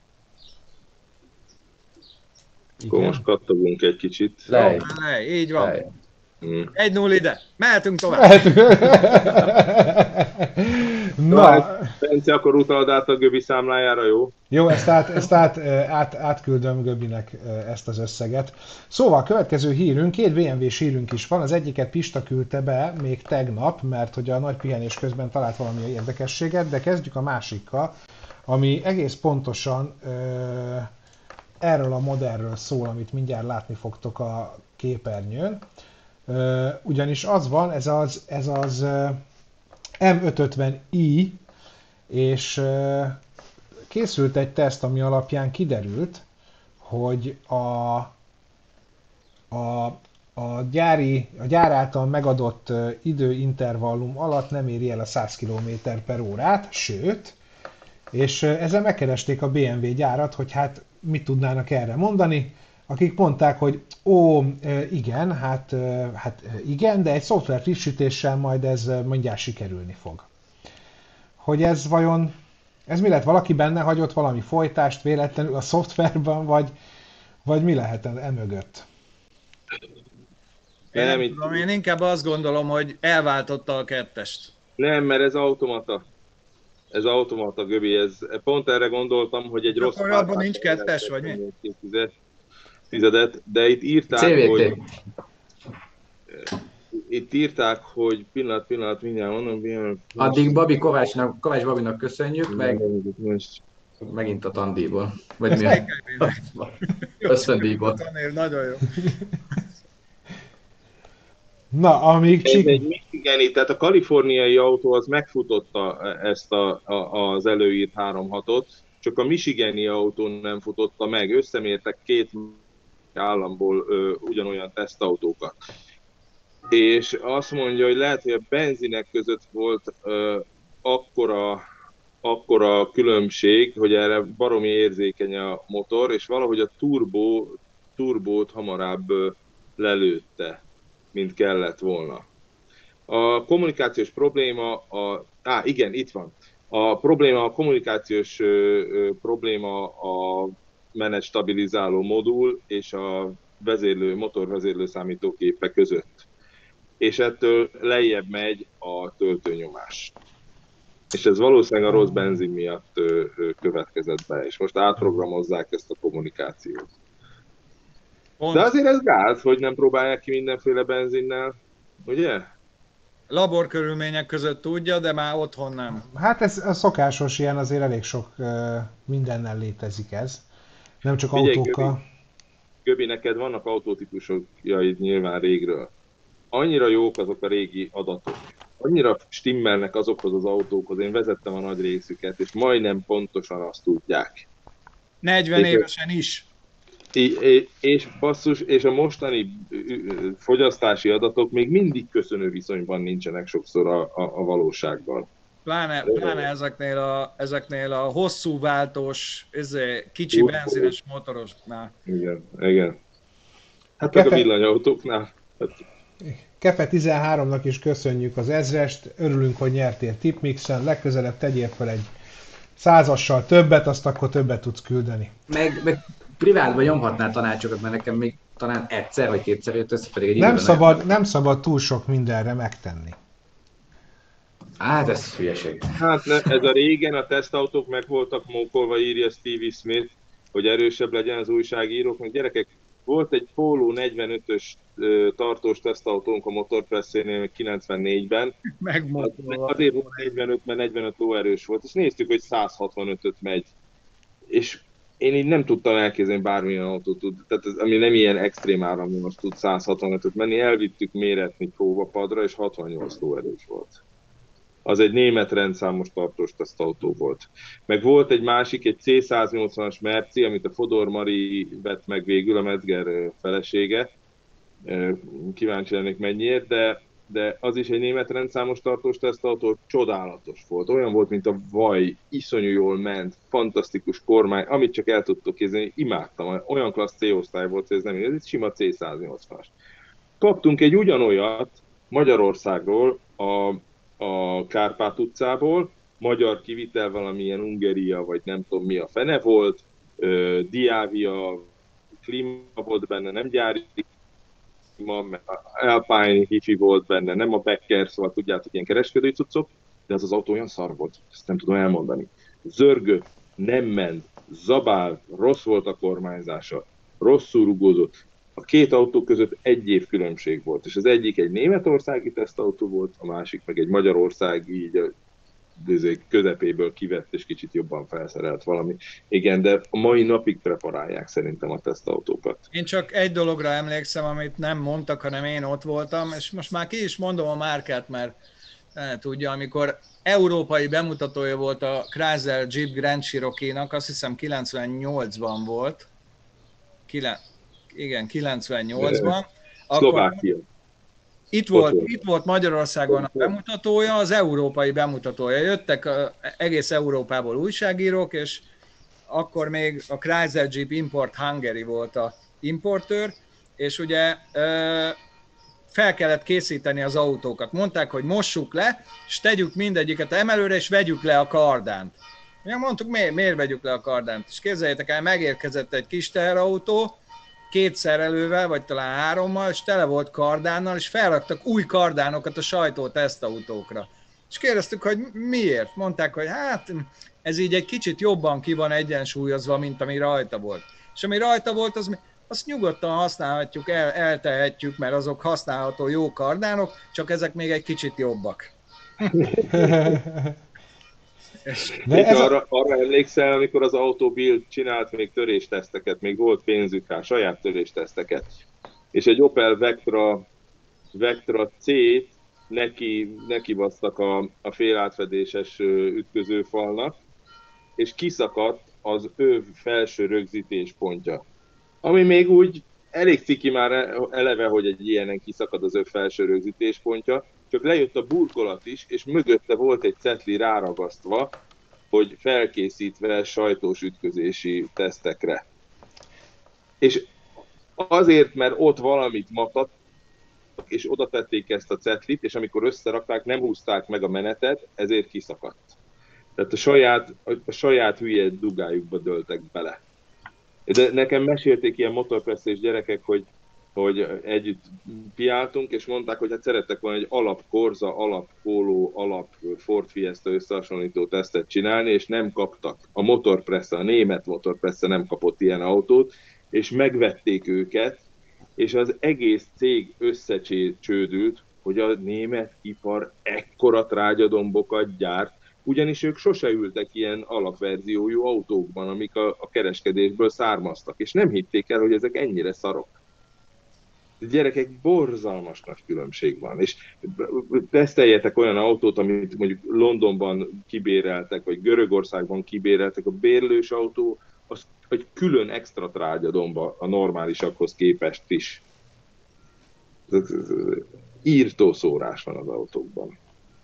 akkor most kattogunk egy kicsit. Lej, Lej, így van. lej. Mm. egy null ide. Mehetünk tovább. Na, Bence, akkor utalad át a Göbi számlájára, jó? jó, ezt, át, ezt át, át, átküldöm Göbinek ezt az összeget. Szóval, következő hírünk, két bé em vé-s hírünk is van, az egyiket Pista küldte be még tegnap, mert hogy a nagy pihenés közben talált valami érdekességet, de kezdjük a másikkal, ami egész pontosan ö, erről a modellről szól, amit mindjárt látni fogtok a képernyőn. Ö, ugyanis az van, ez az, ez az ö, em ötszázötven i, és ö, készült egy teszt, ami alapján kiderült, hogy a, a, a, gyári, a gyár által megadott ö, időintervallum alatt nem éri el a száz kilométer per órát, sőt, és ö, ezzel megkeresték a bé em vé gyárat, hogy hát mit tudnának erre mondani, akik mondták, hogy ó, igen, hát, hát igen, de egy szoftver frissítéssel majd ez mindjárt sikerülni fog. Hogy ez vajon, ez mi lett? Valaki benne hagyott valami folytást véletlenül a szoftverben, vagy, vagy mi lehet emögött? Én, Nem, nem itt- tudom, én inkább azt gondolom, hogy elváltotta a kettest. Nem, mert ez automata. Ez automata, Göbi, ez, pont erre gondoltam, hogy egy rossz... Akkor abban pártát nincs kettes, vagy mi? Tizedet, tizedet, de itt írták, cé vé té. hogy... Itt írták, hogy pillanat, pillanat, mindjárt mondom, pillanat... Addig Babi Kovácsnak, Kovács Babinak köszönjük, meg Most... megint a tandíjból. Vagy mi? Ösztöndíjból. Tanér, nagyon jó. Na, amíg Ez Csik... egy michigani, tehát a kaliforniai autó az megfutotta ezt a, a, az előírt három hatot, csak a michigani autó nem futotta meg. Összemértek két államból ö, ugyanolyan tesztautókat. És azt mondja, hogy lehet, hogy a benzinek között volt ö, akkora, akkora különbség, hogy erre baromi érzékeny a motor, és valahogy a turbo, turbót hamarabb ö, lelőtte, mint kellett volna. A kommunikációs probléma, a, á, igen, itt van. A probléma, a kommunikációs ö, ö, probléma a menet stabilizáló modul és a vezérlő, motorvezérlő számítógépe között. És ettől lejjebb megy a töltőnyomás. És ez valószínűleg a rossz benzin miatt ö, ö, következett be, és most átprogramozzák ezt a kommunikációt. Pont De azért ez gáz, hogy nem próbálják ki mindenféle benzinnel, ugye? laborkörülmények között tudja, de már otthon nem. Hát ez a szokásos ilyen, azért elég sok uh, mindennel létezik ez. Nem csak Figyelj, autókkal. Göbi, neked vannak autótípusokjaid nyilván régről. Annyira jók azok a régi adatok. Annyira stimmelnek azokhoz az autókhoz. Én vezettem a nagy részüket, és majdnem pontosan azt tudják. negyven És- évesen is. I- i- És basszus, és a mostani ö, ö, fogyasztási adatok még mindig köszönő viszonyban nincsenek sokszor a, a, a valósággal. Pláne, pláne ezeknél, a, ezeknél a hosszú váltós, ezé, kicsi Turbo. benzines motorosnál. Igen, igen. Hát meg a Kefe- villanyautóknál. Hát, Kefe tizenháromnak is köszönjük az ezrest, örülünk, hogy nyertél Tipmixen, legközelebb tegyél fel egy százassal többet, azt akkor többet tudsz küldeni. Meg, meg privátban nyomhatnál tanácsokat, mert nekem még talán egyszer vagy kétszer jött össze, pedig egy Nem időben szabad, nem szabad túl sok mindenre megtenni. Hát ez hülyeség. Hát ne, ez a régen a tesztautók meg voltak mókolva, írja Stevie Smith, hogy erősebb legyen az újságírók. Meg gyerekek, volt egy Polo negyvenötös ö, tartós tesztautónk a motorpresszénél kilencvennégyben. Megmókolva. Azért volt negyvenöt, mert negyvenöt lóerős volt, és néztük, hogy száz hatvanötöt megy. És én így nem tudtam elképzelni, bármilyen autót tud, tehát az, ami nem ilyen extrém áramvonalas tud száz hatvanötöt menni, elvittük méretni próbapadra, és hatvannyolc lóerős volt. Az egy német rendszámos tartós tesztautó volt. Meg volt egy másik, egy cé száznyolcvanas Merci, amit a Fodor Mari vett meg végül, a Metzger felesége. Kíváncsi lennék mennyiért, de, de az is egy német rendszámos tartós tesztautó, csodálatos volt. Olyan volt, mint a vaj, iszonyú jól ment, fantasztikus kormány, amit csak el tudtok képzelni, imádtam. Olyan klassz C-osztály volt, hogy ez nem, ez egy sima cé száznyolcvanas. Kaptunk egy ugyanolyat Magyarországról, a a Kárpát utcából, magyar kivitel valamilyen Ungeria, vagy nem tudom mi a fene volt, uh, Diavia, klíma volt benne, nem gyári klíma, Alpine hifi volt benne, nem a Becker, szóval tudjátok, ilyen kereskedői cuccok, de az az autó olyan szar volt, ezt nem tudom elmondani. Zörgött, nem ment, zabál, rossz volt a kormányzása, rosszul rugózott. A két autó között egy év különbség volt, és az egyik egy németországi tesztautó volt, a másik meg egy magyarországi, így a közepéből kivett és kicsit jobban felszerelt valami. Igen, de a mai napig preparálják szerintem a tesztautókat. Én csak egy dologra emlékszem, amit nem mondtak, hanem én ott voltam, és most már ki is mondom a márkát, mert ne tudja, amikor európai bemutatója volt a Chrysler Jeep Grand Cherokee-nak, azt hiszem kilencvennyolcban volt, Kilen... igen, kilencvennyolcban. Szlovákia. Itt volt, itt volt Magyarországon a bemutatója, az európai bemutatója. Jöttek egész Európából újságírók, és akkor még a Chrysler Jeep Import Hungary volt a importőr, és ugye fel kellett készíteni az autókat. Mondták, hogy mossuk le, és tegyük mindegyiket emelőre, és vegyük le a kardánt. Ja, mondtuk, miért, miért vegyük le a kardánt? És képzeljétek el, megérkezett egy kis teherautó, két szerelővel, vagy talán hárommal, és tele volt kardánnal, és felraktak új kardánokat a sajtó tesztautókra. És kérdeztük, hogy miért? Mondták, hogy hát ez így egy kicsit jobban ki van egyensúlyozva, mint ami rajta volt. És ami rajta volt, az, azt nyugodtan használhatjuk, el, eltehetjük, mert azok használható jó kardánok, csak ezek még egy kicsit jobbak. De ez arra, a... arra emlékszel, amikor az Autobild csinált még törésteszteket, még volt pénzük rá, saját törésteszteket, és egy Opel Vectra, Vectra C-t neki, neki basztak a, a félátfedéses ütközőfalnak, és kiszakadt az öv felső rögzítés pontja. Ami még úgy elég ciki már eleve, hogy egy ilyenen kiszakad az öv felső rögzítés pontja, csak lejött a burkolat is, és mögötte volt egy cetli ráragasztva, hogy felkészítve sajtós ütközési tesztekre. És azért, mert ott valamit matat, és oda tették ezt a cetlit, és amikor összerakták, nem húzták meg a menetet, ezért kiszakadt. Tehát a saját, a saját hülye dugájukba dőltek bele. De nekem mesélték ilyen motorpresszés gyerekek, hogy hogy együtt piáltunk, és mondták, hogy hát szerettek volna egy alap Corsa, alap Polo, alap Ford Fiesta összehasonlító tesztet csinálni, és nem kaptak. A Motorpresse, a német Motorpresse nem kapott ilyen autót, és megvették őket, és az egész cég összecsődült, hogy a német ipar ekkora trágyadombokat gyárt, ugyanis ők sose ültek ilyen alapverziójú autókban, amik a, a kereskedésből származtak, és nem hitték el, hogy ezek ennyire szarok. Gyerekek, borzalmas nagy különbség van, és teszteljetek olyan autót, amit mondjuk Londonban kibéreltek, vagy Görögországban kibéreltek, a bérlős autó, az egy külön extra trágyadomba a normálisakhoz képest is. Írtó szórás van az autókban.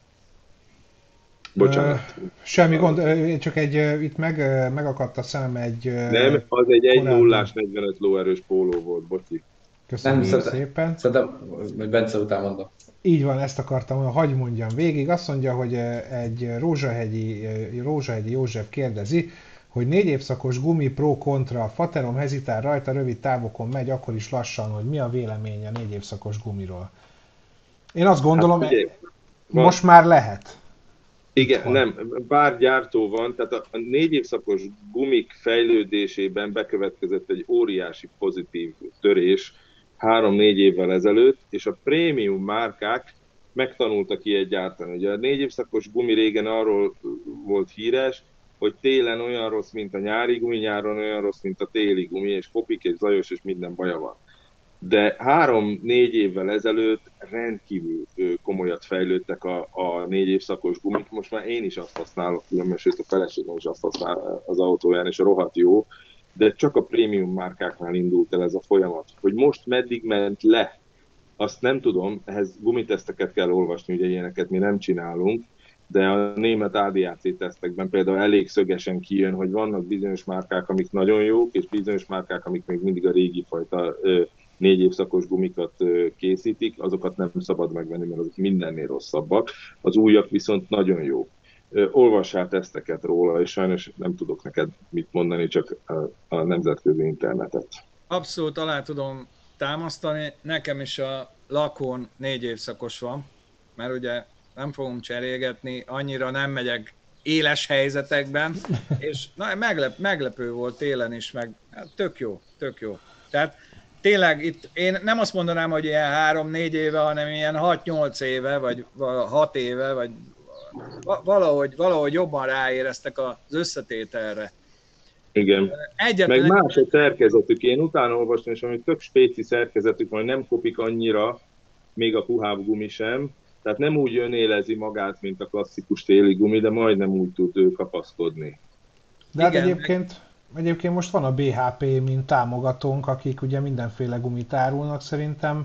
Bocsánat. Uh, semmi gond, én csak egy, itt meg, megakadt a szemem egy... Nem, az egy egy nullás negyvenöt lóerős póló volt, bocsi. Köszönöm nem, szépen. Szerintem, hogy Bence után mondom. Így van, ezt akartam, hagyj mondjam végig. Azt mondja, hogy egy Rózsahegyi, Rózsahegyi József kérdezi, hogy négy évszakos gumi pro-kontra, Faterom hezitál rajta, rövid távokon megy, akkor is lassan, hogy mi a véleménye négy évszakos gumiról. Én azt gondolom, hát, ugye, most van. Már lehet. Igen, nem, bár gyártó van, tehát a négy évszakos gumik fejlődésében bekövetkezett egy óriási pozitív törés három-négy évvel ezelőtt, és a prémium márkák megtanultak ilyet gyártani. Ugye a négy évszakos gumi régen arról volt híres, hogy télen olyan rossz, mint a nyári gumi, nyáron olyan rossz, mint a téli gumi, és kopik, és zajos, és minden baja van. De három-négy évvel ezelőtt rendkívül komolyat fejlődtek a, a négy évszakos gumik. Most már én is azt használok, mert sőt a feleségem is azt használ az autóján, és rohadt jó, de csak a prémium márkáknál indult el ez a folyamat. Hogy most meddig ment le, azt nem tudom, ehhez gumiteszteket kell olvasni, ugye ilyeneket mi nem csinálunk, de a német á dé á cé tesztekben például elég szögesen kijön, hogy vannak bizonyos márkák, amik nagyon jók, és bizonyos márkák, amik még mindig a régi fajta négy évszakos gumikat készítik, azokat nem szabad megvenni, mert azok mindennél rosszabbak. Az újak viszont nagyon jók. Olvassál teszteket róla, és sajnos nem tudok neked mit mondani, csak a, a nemzetközi internetet. Abszolút alá tudom támasztani. Nekem is a Lakón négy évszakos van, mert ugye nem fogom cserélgetni, annyira nem megyek éles helyzetekben, és na, meglep, meglepő volt télen is, meg hát, tök jó, tök jó. Tehát tényleg itt én nem azt mondanám, hogy ilyen három-négy éve, hanem ilyen hat-nyolc éve, vagy hat éve, vagy valahogy, valahogy jobban ráéreztek az összetételre. Igen. Egyetlen meg más a szerkezetük. Én utána olvastam, és amit tök spéci szerkezetük van, nem kopik annyira, még a puhább gumi sem. Tehát nem úgy önélezi magát, mint a klasszikus téli gumi, de majdnem úgy tud ő kapaszkodni. De hát egyébként, egyébként most van a bé há pé, mint támogatónk, akik ugye mindenféle gumit árulnak szerintem.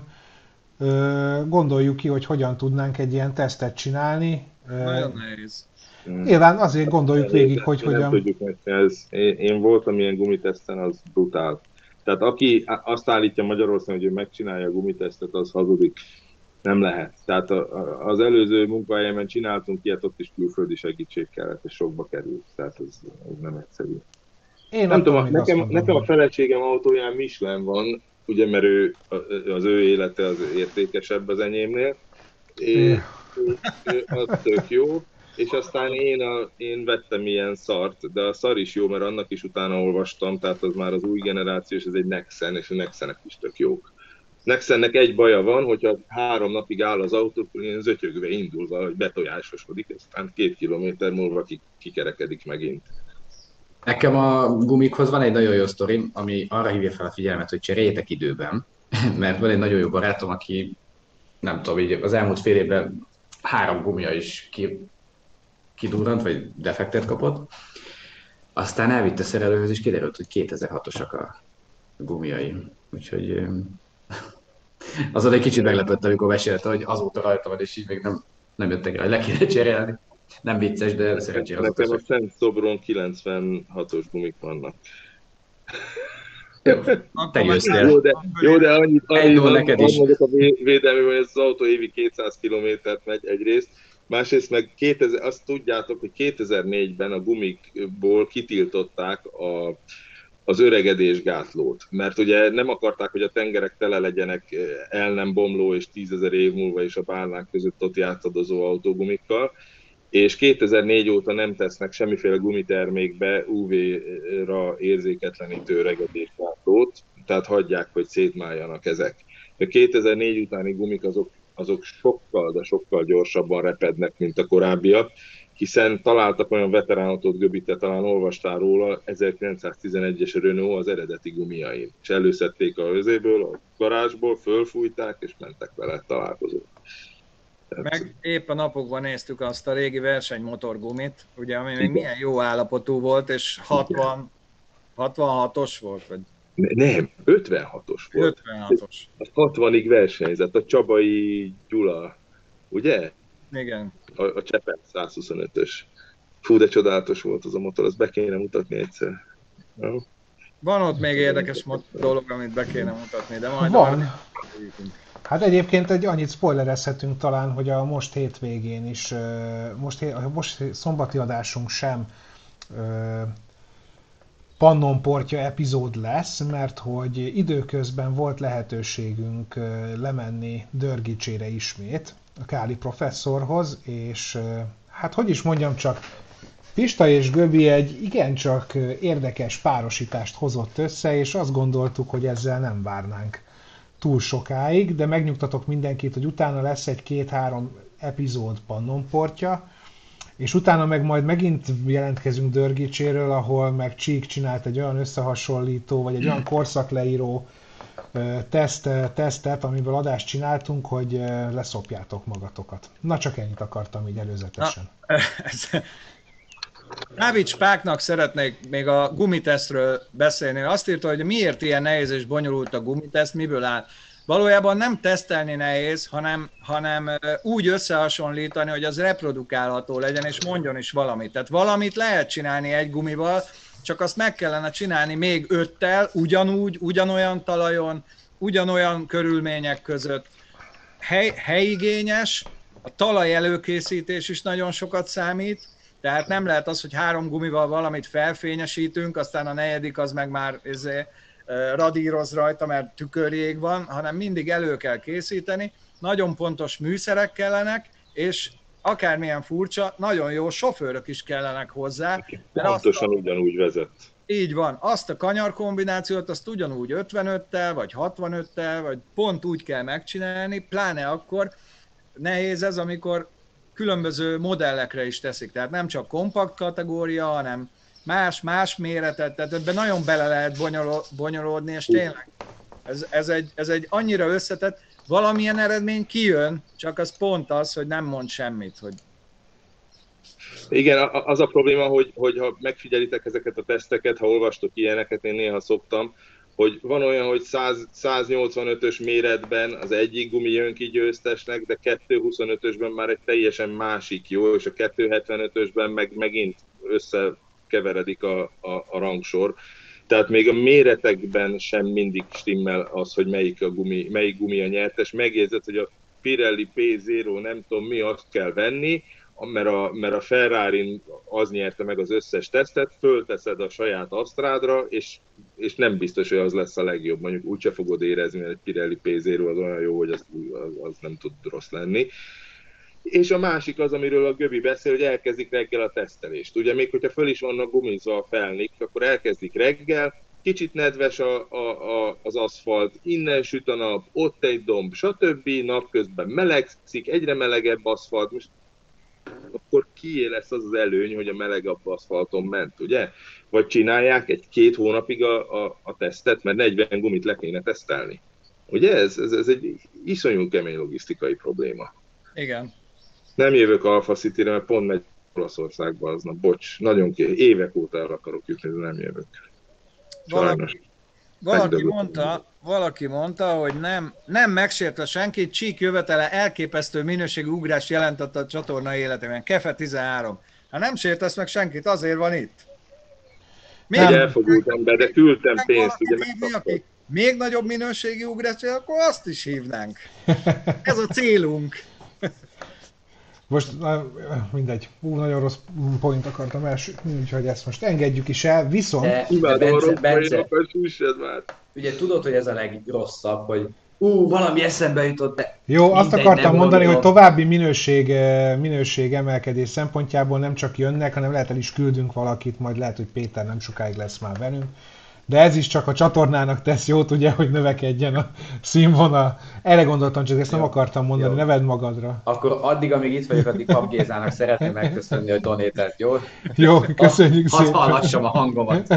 Gondoljuk ki, hogy hogyan tudnánk egy ilyen tesztet csinálni. Nagyon nehéz. Nyilván azért gondoljuk végig, hogy hogyan... Nem tudjuk meg, ez. Én, én voltam ilyen gumiteszten, az brutál. Tehát aki azt állítja Magyarországon, hogy ő megcsinálja a gumitesztet, az hazudik. Nem lehet. Tehát az előző munkahelyemen csináltunk ilyet, ott is külföldi segítség kellett, és sokba került. Tehát ez, ez nem egyszerű. Én nem tudom, nekem, nekem a feleségem autóján Michelin van, ugye, mert ő, az ő élete az értékesebb az enyémnél. És az tök jó. És aztán én, a, én vettem ilyen szart, de a szar is jó, mert annak is utána olvastam, tehát az már az új generációs, ez egy Nexen, és a Nexenek is tök jók. Nexennek egy baja van, hogyha három napig áll az autó, akkor ilyen zötyögve indul valahogy betojásosodik, aztán két kilométer múlva kikerekedik megint. Nekem a gumikhoz van egy nagyon jó sztorim, ami arra hívja fel a figyelmet, hogy cseréljetek időben, mert van egy nagyon jó barátom, aki nem tudom, így az elmúlt fél évben három gumia is ki, kidurrant, vagy defektet kapott. Aztán elvitte szerelőhöz, és kiderült, hogy kétezer-hatosak a gumiai. Úgyhogy azon egy kicsit meglepett, amikor mesélte, hogy azóta rajta van, és így még nem, nem jöttek rá, hogy le kéne cserélni. Nem vicces, de szerencsére azóta nekem a Szent Szobron kilencvenhatos gumik vannak. Jó, te jöttél. Jó, de, jó, de annyit, annyit van, neked is. Mondok a védelmi, hogy ez az autó évi kétszáz kilométert megy egyrészt. Másrészt meg kétezer, azt tudjátok, hogy kétezer-négyben a gumikból kitiltották a, az öregedésgátlót. Mert ugye nem akarták, hogy a tengerek tele legyenek el nem bomló és tízezer év múlva is a bálnák között ott játszadozó autógumikkal. És kétezer-négy óta nem tesznek semmiféle gumitermékbe ú vé-ra érzéketlenítő öregedésgátlót, tehát hagyják, hogy szétmáljanak ezek. A kétezer-négy utáni gumik azok, azok sokkal, de sokkal gyorsabban repednek, mint a korábbiak, hiszen találtak olyan veteránautót, Göbi, te talán olvastál róla, ezerkilencszáztizenegyes Renault az eredeti gumiain. És előszedték a özéből, a garázsból, fölfújták, és mentek vele találkozók. Meg épp a napokban néztük azt a régi versenymotorgumit, ugye, ami még milyen jó állapotú volt, és hatvan, hatvanhatos volt, vagy? Nem, ötvenhatos volt. ötvenhatos. A hatvanig versenyzett, a Csabai Gyula, ugye? Igen. A, a Csepel százhuszonötös. Fú, de csodálatos volt az a motor, azt be kéne mutatni egyszer. No? Van ott még érdekes dolog, amit be kéne mutatni, de majd... Van. Arra... Hát egyébként egy annyit spoilerezhetünk talán, hogy a most hétvégén is, most, a most szombati adásunk sem pannonportja epizód lesz, mert hogy időközben volt lehetőségünk lemenni Dörgicsére ismét, a Káli professzorhoz, és hát hogy is mondjam csak, Pista és Göbi egy igencsak érdekes párosítást hozott össze, és azt gondoltuk, hogy ezzel nem várnánk túl sokáig, de megnyugtatok mindenkit, hogy utána lesz egy két-három epizód pannonportja, és utána meg majd megint jelentkezünk Dörgicséről, ahol meg Csík csinált egy olyan összehasonlító, vagy egy olyan korszakleíró teszt, tesztet, amiből adást csináltunk, hogy leszopjátok magatokat. Na, csak ennyit akartam így előzetesen. Návics Páknak szeretnék még a gumitesztről beszélni. Azt írta, hogy miért ilyen nehéz és bonyolult a gumiteszt, miből áll. Valójában nem tesztelni nehéz, hanem, hanem úgy összehasonlítani, hogy az reprodukálható legyen, és mondjon is valamit. Tehát valamit lehet csinálni egy gumival, csak azt meg kellene csinálni még öttel, ugyanúgy, ugyanolyan talajon, ugyanolyan körülmények között. Hely, helyigényes, a talaj előkészítés is nagyon sokat számít, tehát nem lehet az, hogy három gumival valamit felfényesítünk, aztán a negyedik az meg már ezért, radíroz rajta, mert tükörjég van, hanem mindig elő kell készíteni, nagyon pontos műszerek kellenek, és akármilyen furcsa, nagyon jó sofőrök is kellenek hozzá. Pontosan a... ugyanúgy vezet. Így van, azt a kanyarkombinációt, azt ugyanúgy ötvenöttel, vagy hatvanöttel, vagy pont úgy kell megcsinálni, pláne akkor nehéz ez, amikor különböző modellekre is teszik, tehát nem csak kompakt kategória, hanem más, más méretet, tehát ebben nagyon bele lehet bonyolódni, és tényleg ez, ez, egy, ez egy annyira összetett, valamilyen eredmény kijön, csak az pont az, hogy nem mond semmit. Hogy... Igen, az a probléma, hogy, hogy ha megfigyelitek ezeket a teszteket, ha olvastok ilyeneket, én néha szoktam, hogy van olyan, hogy száz, száznyolcvanötös méretben az egyik gumi jön ki győztesnek, de kétszázhuszonötösben már egy teljesen másik jó, és a kétszázhetvenötösben meg megint összekeveredik a, a, a rangsor. Tehát még a méretekben sem mindig stimmel az, hogy melyik, a gumi, melyik gumi a nyertes. Megjegyzett, hogy a Pirelli pé nulla nem tudom mi, azt kell venni, mert a, mert a Ferrarin az nyerte meg az összes tesztet, fölteszed a saját Astrádra, és, és nem biztos, hogy az lesz a legjobb. Mondjuk úgyse fogod érezni, hogy egy Pirelli pé nulla az olyan jó, hogy az, az, az nem tud rossz lenni. És a másik az, amiről a Göbi beszél, hogy elkezdik reggel a tesztelést. Ugye még hogyha föl is vannak gumizva a felnik, akkor elkezdik reggel, kicsit nedves a, a, a, az aszfalt, innen süt a nap, ott egy domb, stb. Napközben melegszik, egyre melegebb aszfalt, most akkor kié lesz az az előny, hogy a melegebb aszfalton ment, ugye? Vagy csinálják egy-két hónapig a, a, a tesztet, mert negyven gumit le kéne tesztelni. Ugye ez, ez, ez egy iszonyú kemény logisztikai probléma. Igen. Nem jövök Alpha City-re, mert pont megy Olaszországba aznap. Bocs, nagyon ké... évek óta el akarok jutni, de nem jövök. Valaki, valaki, mondta, valaki mondta, hogy nem, nem megsértve senkit, Csík jövetele elképesztő minőségű ugrás jelentett a csatorna életében. Kefe tizenhárom. Ha nem sértesz meg senkit, azért van itt. Még elfogult ember, de küldtem pénzt. Ugye hívni, aki még nagyobb minőségű ugrás, akkor azt is hívnánk. Ez a célunk. Most mindegy, Ú, nagyon rossz point akartam elsütni, úgyhogy ezt most engedjük is el, viszont... De, de Bence, Bence, ugye tudod, hogy ez a legrosszabb, hogy ú, valami eszembe jutott, de... Jó, azt akartam mondani, hogy további minőség, minőség emelkedés szempontjából nem csak jönnek, hanem lehet el is küldünk valakit, majd lehet, hogy Péter nem sokáig lesz már velünk. De ez is csak a csatornának tesz jót, ugye, hogy növekedjen a színvonal. Erre gondoltam, csak ezt jó, nem akartam mondani, jó. Nevedd magadra. Akkor addig, amíg itt vagyok, addig Pap Gézának szeretném megköszönni, hogy donátelt, jó? Jó, köszönjük Hadd szépen. hallassam a hangomat.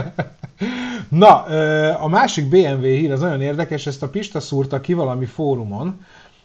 Na, a másik bé em vé hír az nagyon érdekes, ezt a Pista szúrta ki valami fórumon,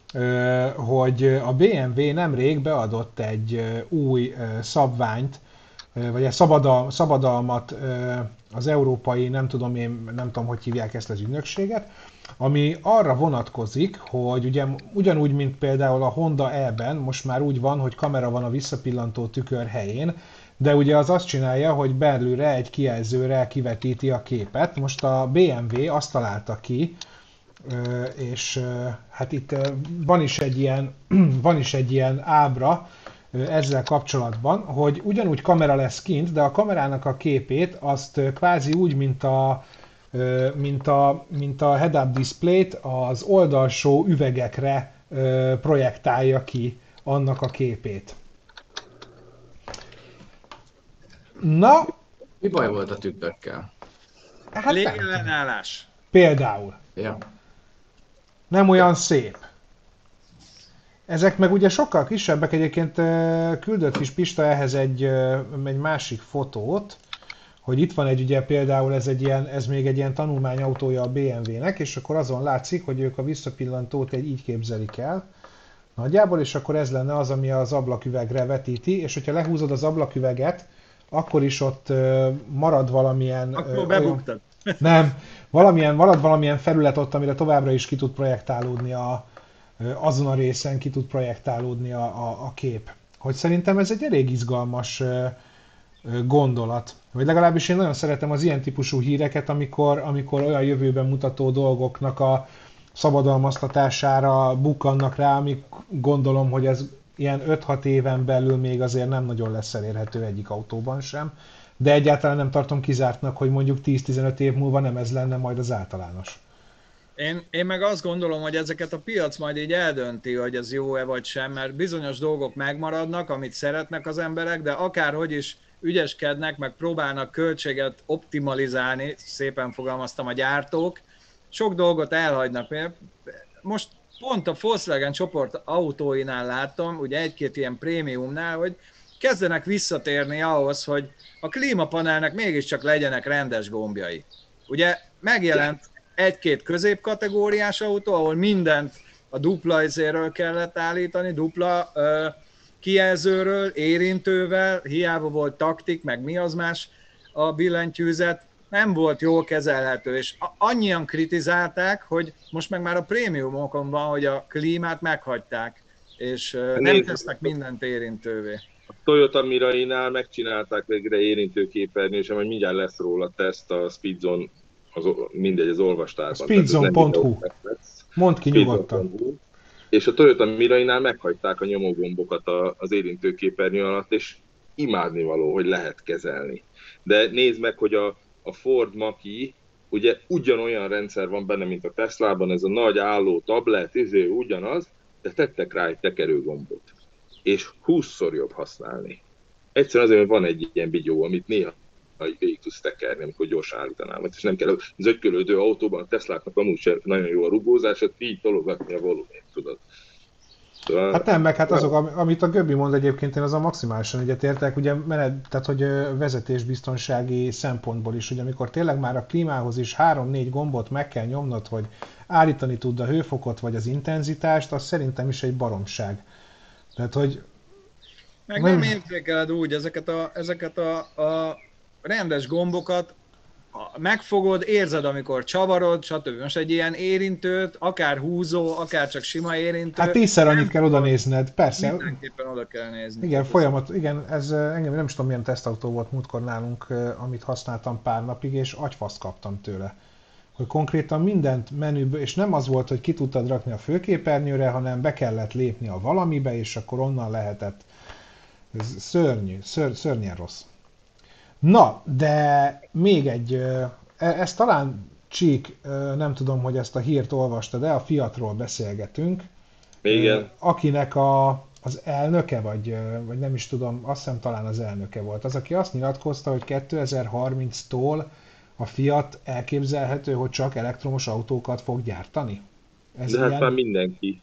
hogy a bé em vé nemrég beadott egy új szabványt, vagy egy szabadal, szabadalmat az európai, nem tudom én, nem tudom, hogy hívják ezt az ügynökséget, ami arra vonatkozik, hogy ugye ugyanúgy, mint például a Honda E-ben, most már úgy van, hogy kamera van a visszapillantó tükör helyén, de ugye az azt csinálja, hogy belülre egy kijelzőre kivetíti a képet. Most a bé em vé azt találta ki, és hát itt van is egy ilyen, van is egy ilyen ábra, ezzel kapcsolatban, hogy ugyanúgy kamera lesz kint, de a kamerának a képét azt kvázi úgy, mint a, mint a, mint a head-up display-t az oldalsó üvegekre projektálja ki annak a képét. Na, Mi baj volt a tükrökkel? hát nem tudom. Légellenállás. Például. Ja. Nem olyan szép. Ezek meg ugye sokkal kisebbek, egyébként küldött is Pista ehhez egy, egy másik fotót, hogy itt van egy ugye például ez, egy ilyen, ez még egy ilyen tanulmányautója a bé em vé-nek, és akkor azon látszik, hogy ők a visszapillantót egy így képzelik el nagyjából, és akkor ez lenne az, ami az ablaküvegre vetíti, és hogyha lehúzod az ablaküveget, akkor is ott marad valamilyen... Akkor bebuktad. Olyan, nem, valamilyen, marad valamilyen felület ott, amire továbbra is ki tud projektálódni a, azon a részen, ki tud projektálódni a, a, a kép. Hogy szerintem ez egy elég izgalmas gondolat. Vagy legalábbis én nagyon szeretem az ilyen típusú híreket, amikor, amikor olyan jövőben mutató dolgoknak a szabadalmaztatására bukkannak rá, amik gondolom, hogy ez ilyen öt-hat éven belül még azért nem nagyon lesz elérhető egyik autóban sem, de egyáltalán nem tartom kizártnak, hogy mondjuk tíz-tizenöt év múlva nem ez lenne majd az általános. Én, én meg azt gondolom, hogy ezeket a piac majd így eldönti, hogy ez jó-e vagy sem, mert bizonyos dolgok megmaradnak, amit szeretnek az emberek, de akárhogy is ügyeskednek, meg próbálnak költséget optimalizálni, szépen fogalmaztam, a gyártók, sok dolgot elhagynak. Most pont a Volkswagen csoport autóinál láttam, ugye egy-két ilyen prémiumnál, hogy kezdenek visszatérni ahhoz, hogy a klímapanelnek mégiscsak legyenek rendes gombjai. Ugye megjelent egy-két középkategóriás autó, ahol mindent a dupla ezéről kellett állítani, dupla ö, kijelzőről, érintővel, hiába volt taktik, meg mi az más a billentyűzet, nem volt jól kezelhető, és annyian kritizálták, hogy most meg már a prémiumokon van, hogy a klímát meghagyták, és nem tesznek mindent érintővé. A Toyota Mirai-nál megcsinálták végre érintőképernyő, és majd mindjárt lesz róla teszt a Speedzone, az, mindegy, az olvastárban. Speedzone pont hu. Mondd ki nyugodtan. És a Toyota Mirai-nál meghagyták a nyomógombokat az érintőképernyő alatt, és imádnivaló, hogy lehet kezelni. De nézd meg, hogy a a Ford Mach-E, ugye ugyanolyan rendszer van benne, mint a Teslában, ez a nagy álló tablet, izé ugyanaz, de tettek rá egy tekerőgombot. És húszszor jobb használni. Egyszerűen azért, hogy van egy ilyen bigyó, amit néha végig tudsz tekerni, amikor gyorsan állítanál. És nem kell az ötkölődő autóban, a Tesláknak amúgy sem nagyon jó a rugózás, így tologatni a volumét, tudod. Szóval... Hát nem, meg hát azok, amit a Göbbi mond egyébként, én azon maximálisan egyetértek, ugye, menet, tehát hogy vezetésbiztonsági szempontból is, ugye amikor tényleg már a klímához is három-négy gombot meg kell nyomnod, hogy állítani tud a hőfokot vagy az intenzitást, az szerintem is egy baromság. Tehát, hogy... Meg nem, nem érzékeled úgy ezeket a, ezeket a, a rendes gombokat, megfogod, érzed, amikor csavarod, stb. Most egy ilyen érintőt, akár húzó, akár csak sima érintő. Hát tízszer annyit kell oda nézned, persze. Mindenképpen oda kell nézni. Igen, folyamat, igen, ez engem nem is tudom milyen tesztautó volt múltkor nálunk, amit használtam pár napig, és agyfaszt kaptam tőle. Hogy konkrétan mindent menüből, és nem az volt, hogy ki tudtad rakni a főképernyőre, hanem be kellett lépni a valamibe, és akkor onnan lehetett. Ez szörnyű, ször, szörnyen rossz. Na, de még egy, ez talán Csík, nem tudom, hogy ezt a hírt olvastad, de a Fiatról beszélgetünk. Igen. Akinek a, az elnöke, vagy, vagy nem is tudom, azt hiszem talán az elnöke volt. Az, aki azt nyilatkozta, hogy kétezer-harminctól a Fiat elképzelhető, hogy csak elektromos autókat fog gyártani. Ez de ilyen... hát már mindenki.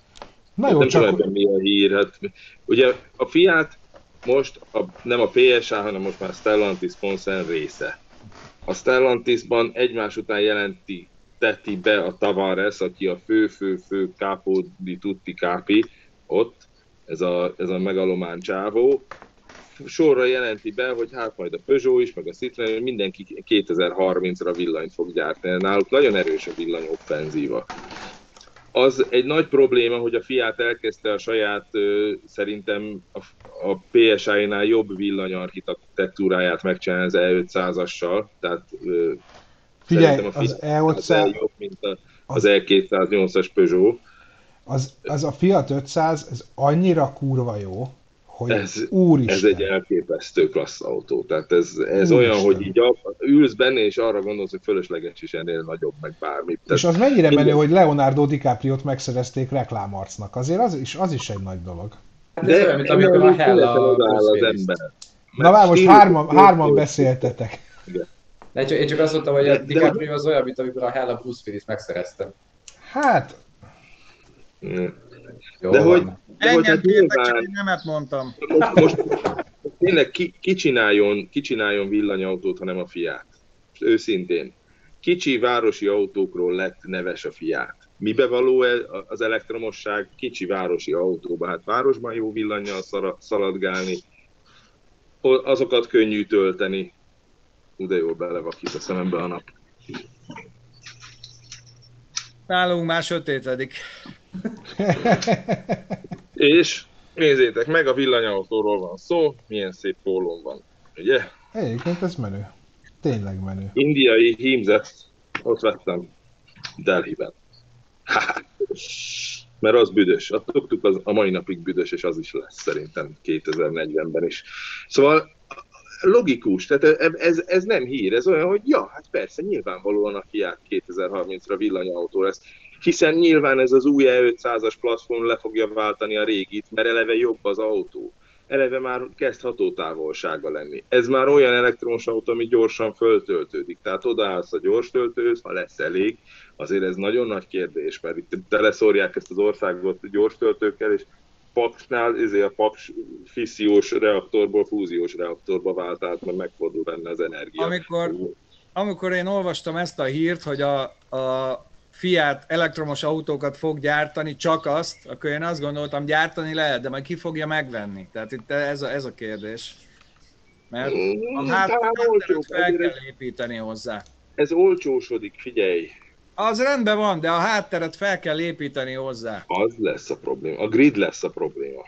Na jó, nem csak... tudom, mi a hír. Hát, ugye a Fiat most a, nem a pé es á, hanem most már Stellantis concern része. A Stellantisban egymás után jelenti, teti be a Tavares, aki a fő-fő-fő capo di tutti capi, ott, ez a, ez a megalomán csávó, sorra jelenti be, hogy hát majd a Peugeot is, meg a Citroën, mindenki kétezer-harmincra villanyt fog gyártani. Náluk nagyon erős a villanyoffenzíva. Az egy nagy probléma, hogy a Fiat elkezdte a saját, szerintem a, a pé es á-nál jobb villanyarchitektúráját megcsinálni az E ötszázassal, tehát figyelj, a az E ötszáz jobb, mint a, az E kétszáznyolcas Peugeot. Az, az a Fiat ötszáz, ez annyira kurva jó, hogy ez, úristen. ez egy elképesztő klassz autó. Tehát ez, ez Úristen. olyan, hogy így ülsz benne, és arra gondolsz, hogy fölösleges is ennél nagyobb, meg bármi. És az mennyire menő, hogy Leonardo DiCaprio-t megszerezték reklámarcnak. Azért az is, az is egy nagy dolog. De ez olyan, mint amikor a Hell a az Bruce az Willis-t. ember. Na már most hárman, hárman beszéltetek. De én csak azt mondtam, hogy a DiCaprio az olyan, mint amikor a Hell a Bruce Willis megszerezte. Hát, Jó de van. hogy, de hogy Engem hát kértek, csak nyilván, én nemet mondtam. most, most tényleg ki, ki, csináljon, ki csináljon villanyautót, hanem a Fiat. Őszintén. Kicsi városi autókról lett neves a Fiat. Mibe való az elektromosság? Kicsi városi autóba. Hát városban jó villannyal szaladgálni, azokat könnyű tölteni. Ú, de jól belevakít a szemembe a nap. Nálunk már sötétedik. És nézzétek meg, a villanyautóról van szó, milyen szép pólón van, ugye? egyébként ez menő. Tényleg menő. Indiai hímzet, ott vettem Delhiben. Mert az büdös. A tuk-tuk az a mai napig büdös, és az is lesz szerintem kétezer-negyvenben is. Szóval logikus, tehát ez, ez nem hír, ez olyan, hogy ja, hát persze, nyilvánvalóan a Fiat kétezer-harmincra villanyautó lesz, hiszen nyilván ez az új E ötszázas platform le fogja váltani a régit, mert eleve jobb az autó. Eleve már kezd hatótávolsága lenni. Ez már olyan elektromos autó, ami gyorsan föltöltődik. Tehát odaállsz a gyors töltőhöz, ha lesz elég. Azért ez nagyon nagy kérdés, mert itt teleszórják ezt az országot gyors töltőkkel, és Paksnál ezért a Paks fissziós reaktorból fúziós reaktorba vált át, mert megfordul benne az energia. Amikor, amikor én olvastam ezt a hírt, hogy a, a Fiat elektromos autókat fog gyártani, csak azt, akkor én azt gondoltam, gyártani lehet, de majd ki fogja megvenni. Tehát itt ez a, ez a kérdés. Mert a hátteret fel kell építeni hozzá. Ez olcsósodik, figyelj! Az rendben van, de a hátteret fel kell építeni hozzá. Az lesz a probléma. A grid lesz a probléma.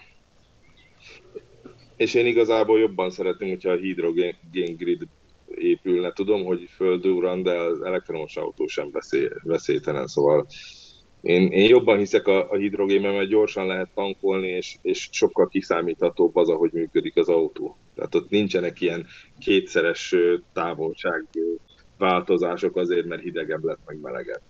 És én igazából jobban szeretném, hogyha a hidrogén grid épülne. Tudom, hogy földúran, de az elektromos autó sem veszély, veszélytelen, szóval én, én jobban hiszek a, a hidrogénben, mert gyorsan lehet tankolni, és, és sokkal kiszámíthatóbb az, ahogy működik az autó. Tehát ott nincsenek ilyen kétszeres távolság változások azért, mert hidegebb lett, meg melegebb.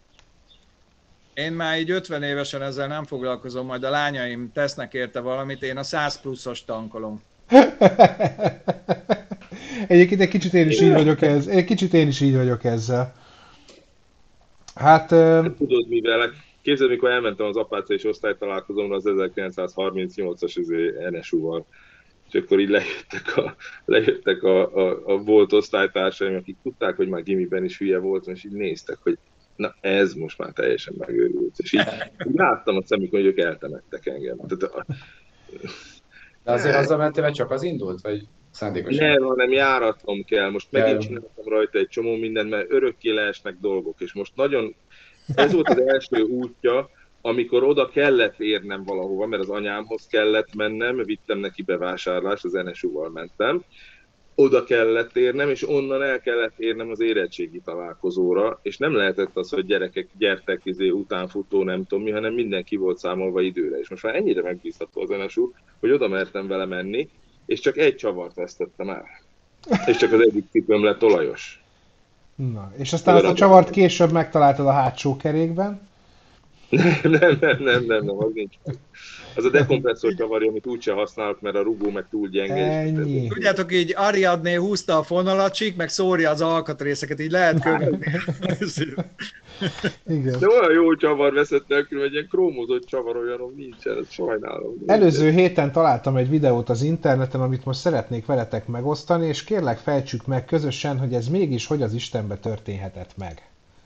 Én már így ötven évesen ezzel nem foglalkozom, majd a lányaim tesznek érte valamit, én a száz pluszos tankolom. Egyébként egy kicsit én is így vagyok ezzel. Egy kicsit én is így vagyok ezzel. Hát... hát tudod mivel, képzeld, mikor elmentem az apácai osztálytalálkozómra az ezerkilencszázharmincnyolcas en es u-val, és akkor így lejöttek a, lejöttek a, a, a volt osztálytársaim, akik tudták, hogy már gimiben is hülye voltam, és így néztek, hogy na ez most már teljesen megőrült. És így, így láttam a szemükön, hogy ők eltemettek engem. Tehát a... De azért azzal mentél, mert csak az indult, vagy szándékosan? Nem, hanem járatnom kell. Most megint Kell. csináltam rajta egy csomó mindent, mert örökké leesnek dolgok, és most nagyon... Ez volt az első útja, amikor oda kellett érnem valahova, mert az anyámhoz kellett mennem, vittem neki bevásárlást, az en es u-val mentem, oda kellett érnem, és onnan el kellett érnem az érettségi találkozóra, és nem lehetett az, hogy gyerekek, gyertek, izé, utánfutó, nem tudom mi, hanem mindenki volt számolva időre. És most már ennyire megbízható az en es u, hogy oda mertem vele menni, és csak egy csavart vesztettem el. És csak az egyik cipőm lett olajos. Na, és aztán azt a csavart később megtaláltad a hátsó kerékben. Nem, nem, nem, nem, nem, nem, az nincs meg. Az a dekompresszor csavarja, amit úgyse használok, mert a rugó meg túl gyenge. Ennyi. Tudjátok, így Ariadné húzta a fonalat, Csík meg szórja az alkatrészeket, így lehet követni. Igen. De olyan jó csavar veszett nélkül, egy ilyen krómozott csavar olyanom nincsen, ezt sajnálom. Előző héten találtam egy videót az interneten, amit most szeretnék veletek megosztani, és kérlek fejtsük meg közösen, hogy ez mégis hogy az Istenbe történhetett meg.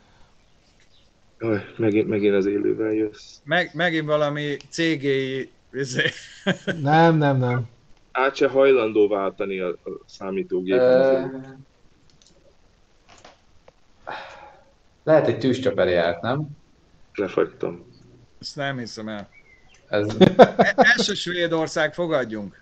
Jaj, megint, megint az élővel jössz. Meg, megint valami cé gé i... Nem, nem, nem. Át se hajlandó váltani a, a számítógép. Uh, lehet egy tűzcsap járt, nem? Lefagytam. Ezt nem hiszem el. Ez... E- első Svédország, fogadjunk.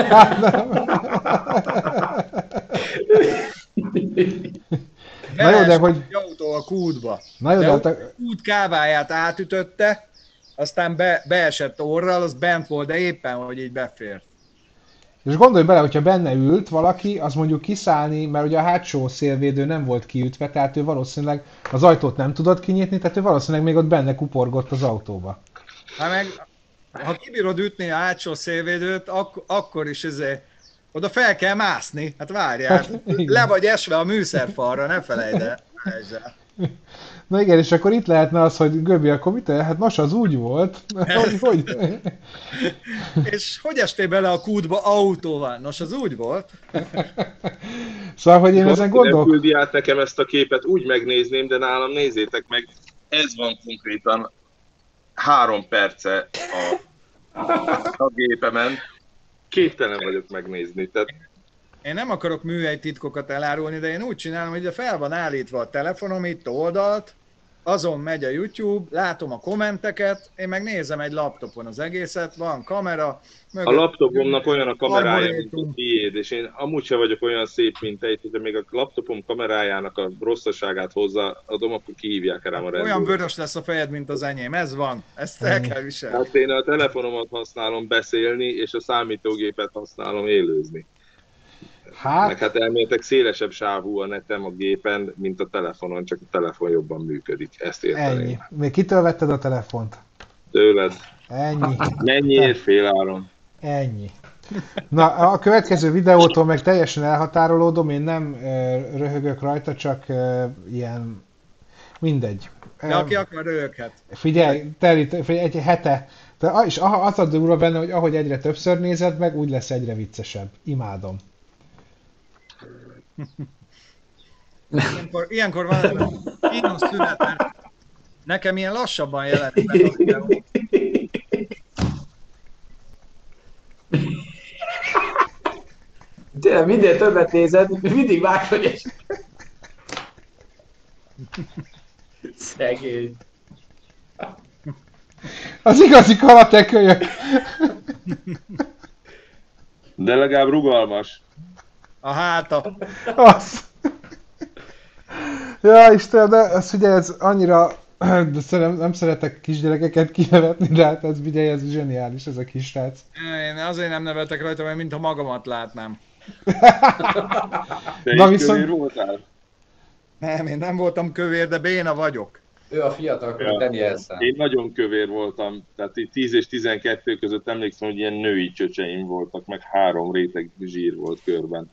Na jó, de hogy... autó a kútba. Na jó, de de a te... kút káváját átütötte, aztán be, beesett orral, az bent volt, de éppen, hogy így befért. És gondolj bele, hogyha benne ült valaki, az mondjuk kiszállni, mert ugye a hátsó szélvédő nem volt kiütve, tehát ő valószínűleg az ajtót nem tudott kinyitni, tehát ő valószínűleg még ott benne kuporgott az autóba. Hát meg, ha kibírod ütni a hátsó szélvédőt, ak- akkor is ezért oda fel kell mászni. Hát várjál, Hát, igen. le vagy esve a műszerfalra, ne felejtsd el. Felejtsd el. Na igen, és akkor itt lehetne az, hogy Göbi, akkor mit? Hát nos, az úgy volt. hogy, hogy? És hogy estél bele a kútba autóval? Nos, az úgy volt. Szóval, hogy én ezen Nem gondolok... küldi át nekem ezt a képet, úgy megnézném, de nálam nézzétek meg, ez van konkrétan három perce a, a gépemen. Képtelen vagyok megnézni. Tehát Én nem akarok műhely titkokat elárulni, de én úgy csinálom, hogy fel van állítva a telefonom itt oldalt, azon megy a YouTube, látom a kommenteket, én meg nézem egy laptopon az egészet, van kamera. a laptopomnak olyan a kamerája, mint Arborétum. a tiéd, és én amúgy sem vagyok olyan szép, mint te, hogyha még a laptopom kamerájának a rosszaságát hozzáadom, akkor kihívják rám a Olyan rendőrt. vörös lesz a fejed, mint az enyém, ez van, ezt el kell viselni. Hát én a telefonomat használom beszélni, és a számítógépet használom élőzni. Hát, Meg hát elméletek szélesebb sávú a netem a gépen, mint a telefonon, csak a telefon jobban működik. Ezt érteném. ennyi. Még kitől vetted a telefont? Tőled. Ennyi. Mennyiért féláron? Ennyi. Na, a következő videótól meg teljesen elhatárolódom, én nem e, röhögök rajta, csak e, ilyen, mindegy. De aki akar, röhöghet. Figyelj, Teri, figyelj, egy hete, de, és az a durva benne, hogy ahogy egyre többször nézed meg, úgy lesz egyre viccesebb. Imádom. Ilyenkor, ilyenkor van ez a kínos szünet, mert nekem ilyen lassabban jelenik meg a videó. Tényleg minél többet nézed, mindig vársz, hogy es... Szegény. Az igazi karatekölyök. De legalább rugalmas. A háta. Az. Ja, Isten, de ez figyelj, ez annyira, de szerintem nem szeretek kisgyerekeket kinevetni, de hát ez figyelj, ez zseniális, ez a kisrác. Én azért nem nevetek rajta, mert mintha magamat látnám. Te Na is viszont- kövér voltál? Nem, én nem voltam kövér, de béna vagyok. Ő a fiatal Ja. Danielsen. Én nagyon kövér voltam, tehát így tíz és tizenkettő között emlékszem, hogy ilyen női csöcseim voltak, meg három réteg zsír volt körben.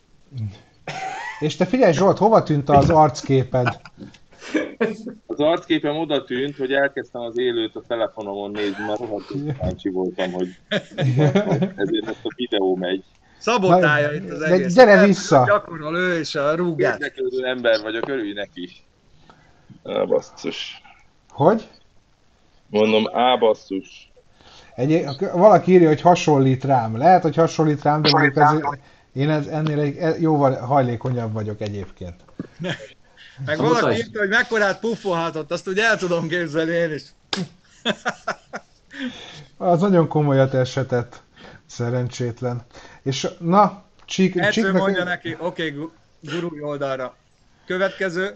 És te figyelj Zsolt, hova tűnt az arcképed? Az arcképem oda tűnt, hogy elkezdtem az élőt a telefonomon nézni, mert rohadtul kíváncsi voltam, hogy ezért ezt a videó megy. Szabotálja itt az De egész. gyere vissza! Gyakorol ő és a rúgát. Érdeklődő ember vagyok, örülj neki. Á, basszus. Hogy? Mondom, á, basszus. Egy, valaki írja, hogy hasonlít rám. Lehet, hogy hasonlít rám, de mondjuk azért, én ez, ennél egy, jóval hajlékonyabb vagyok egyébként. Meg Szabotálj. valaki írta, hogy mekkorát puffolhatott, azt úgy el tudom képzelni én is. Az nagyon komolyat esetett. Szerencsétlen. És na, Csík, Edző Csíknak, mondja neki, oké, okay, gurulj oldalra. Következő.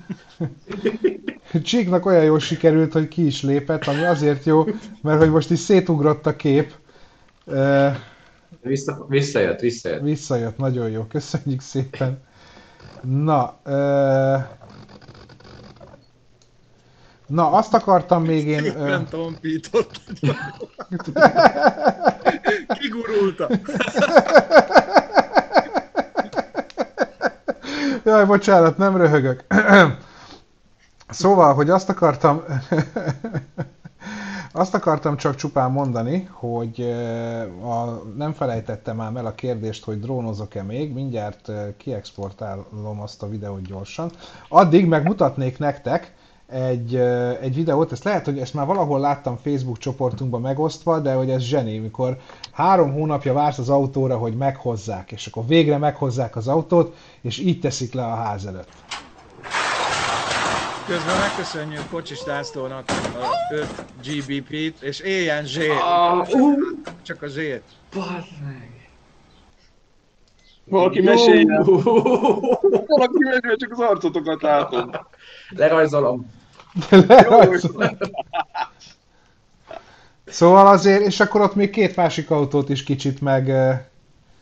Csíknak olyan jól sikerült, hogy ki is lépett, ami azért jó, mert hogy most is szétugrott a kép. Uh, Vissza, visszajött, visszajött. visszajött, nagyon jó, köszönjük szépen. Na, uh, na azt akartam még én... Uh, Nem tompított. Kigurulta. Jaj, bocsánat, nem röhögök. Szóval, hogy azt akartam... azt akartam csak csupán mondani, hogy a, nem felejtettem ám el a kérdést, hogy drónozok-e még, mindjárt kiexportálom azt a videót gyorsan. Addig megmutatnék nektek egy, egy videót, ezt lehet, hogy ezt már valahol láttam Facebook csoportunkban megosztva, de hogy ez zseni, mikor három hónapja vársz az autóra, hogy meghozzák, és akkor végre meghozzák az autót, és így teszik le a ház előtt. Közben megköszönjük Kocsis Lászlónak a öt gé bé pé-t, és éljen zsé. Ah, uh, Csak a zsét. bazd meg. Valaki meséljen! Valaki meséljen, csak az arcotokat látom. Lerajzolom. Szóval azért, és akkor ott még két másik autót is kicsit meg,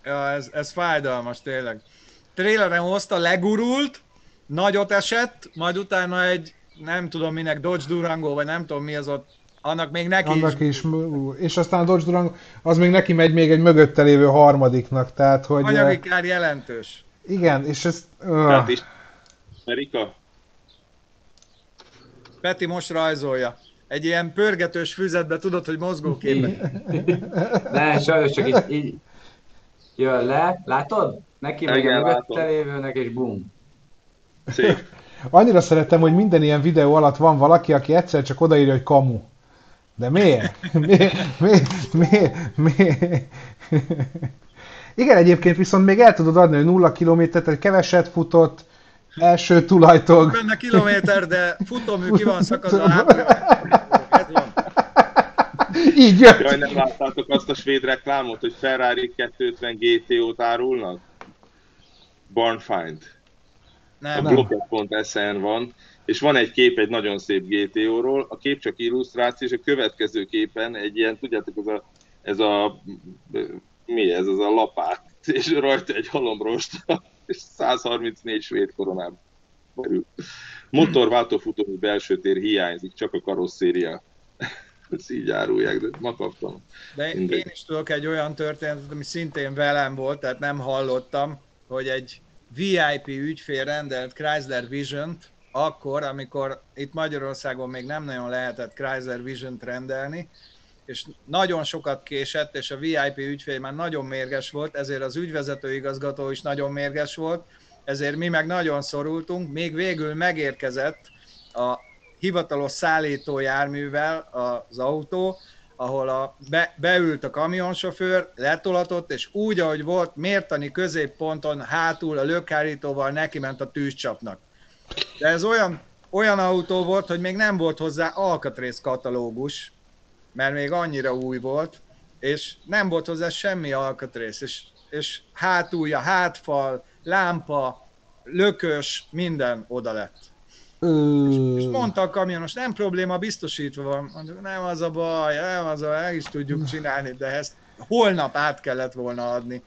Ja, ez, ez fájdalmas tényleg. Traileren hozta, legurult, nagyot esett, majd utána egy, nem tudom minek, Dodge Durango, vagy nem tudom mi az ott, annak még neki Annak is. is, és aztán a Dodge Durango, az még neki megy még egy mögötte lévő harmadiknak, tehát hogy... Anyagi kár jelentős. Igen, és ez... Tehát is Amerika? Peti most rajzolja. Egy ilyen pörgetős füzetbe tudod, hogy mozgóképes. Ne, sajnos csak így, így jön le, látod? Neki megy a Igen, mögötte látom. lévőnek, és bum. Szép. Annyira szeretem, hogy minden ilyen videó alatt van valaki, aki egyszer csak odaírja, hogy kamu. De miért? Miért? Miért? Miért? Miért? Igen, egyébként viszont még el tudod adni, hogy nulla kilométert, hogy keveset futott, első tulajtól. Benne kilométer, de futómű ki van szakadva hátul. Ez van. Így jött. Jaj, nem láttátok azt a svéd reklámot, hogy Ferrari kétszázötven gé té ó-t árulnak? Barn Find. A Nem. blocket pont es en van, és van egy kép egy nagyon szép gé té ó-ról, a kép csak illusztráció, és a következő képen egy ilyen, tudjátok, ez a, ez a mi ez, ez a lapát, és rajta egy halomrosta, és száz harmincnégy svéd koronában kerül. Motorváltófutómű belső tér hiányzik, csak a karosszéria. Ezt így árulják, de ma kaptam. De Mindegy. én is tudok egy olyan történetet, ami szintén velem volt, tehát nem hallottam, hogy egy vé i pé ügyfél rendelt Chrysler Vision-t, akkor, amikor itt Magyarországon még nem nagyon lehetett Chrysler Vision-t rendelni, és nagyon sokat késett, és a vé i pé ügyfél már nagyon mérges volt, ezért az ügyvezető igazgató is nagyon mérges volt, ezért mi meg nagyon szorultunk, még végül megérkezett a hivatalos szállítójárművel az autó, ahol a, be, beült a kamionsofőr, letolatott, és úgy, ahogy volt, mértani középponton hátul a lökhárítóval neki ment a tűzcsapnak. De ez olyan, olyan autó volt, hogy még nem volt hozzá alkatrész katalógus, mert még annyira új volt, és nem volt hozzá semmi alkatrész, és, és hátulja, hátfal, lámpa, lökös, minden oda lett. És mondta a kamionos, nem probléma, biztosítva van. Mondjuk, nem az a baj, nem az a baj, el is tudjuk csinálni, de ezt holnap át kellett volna adni.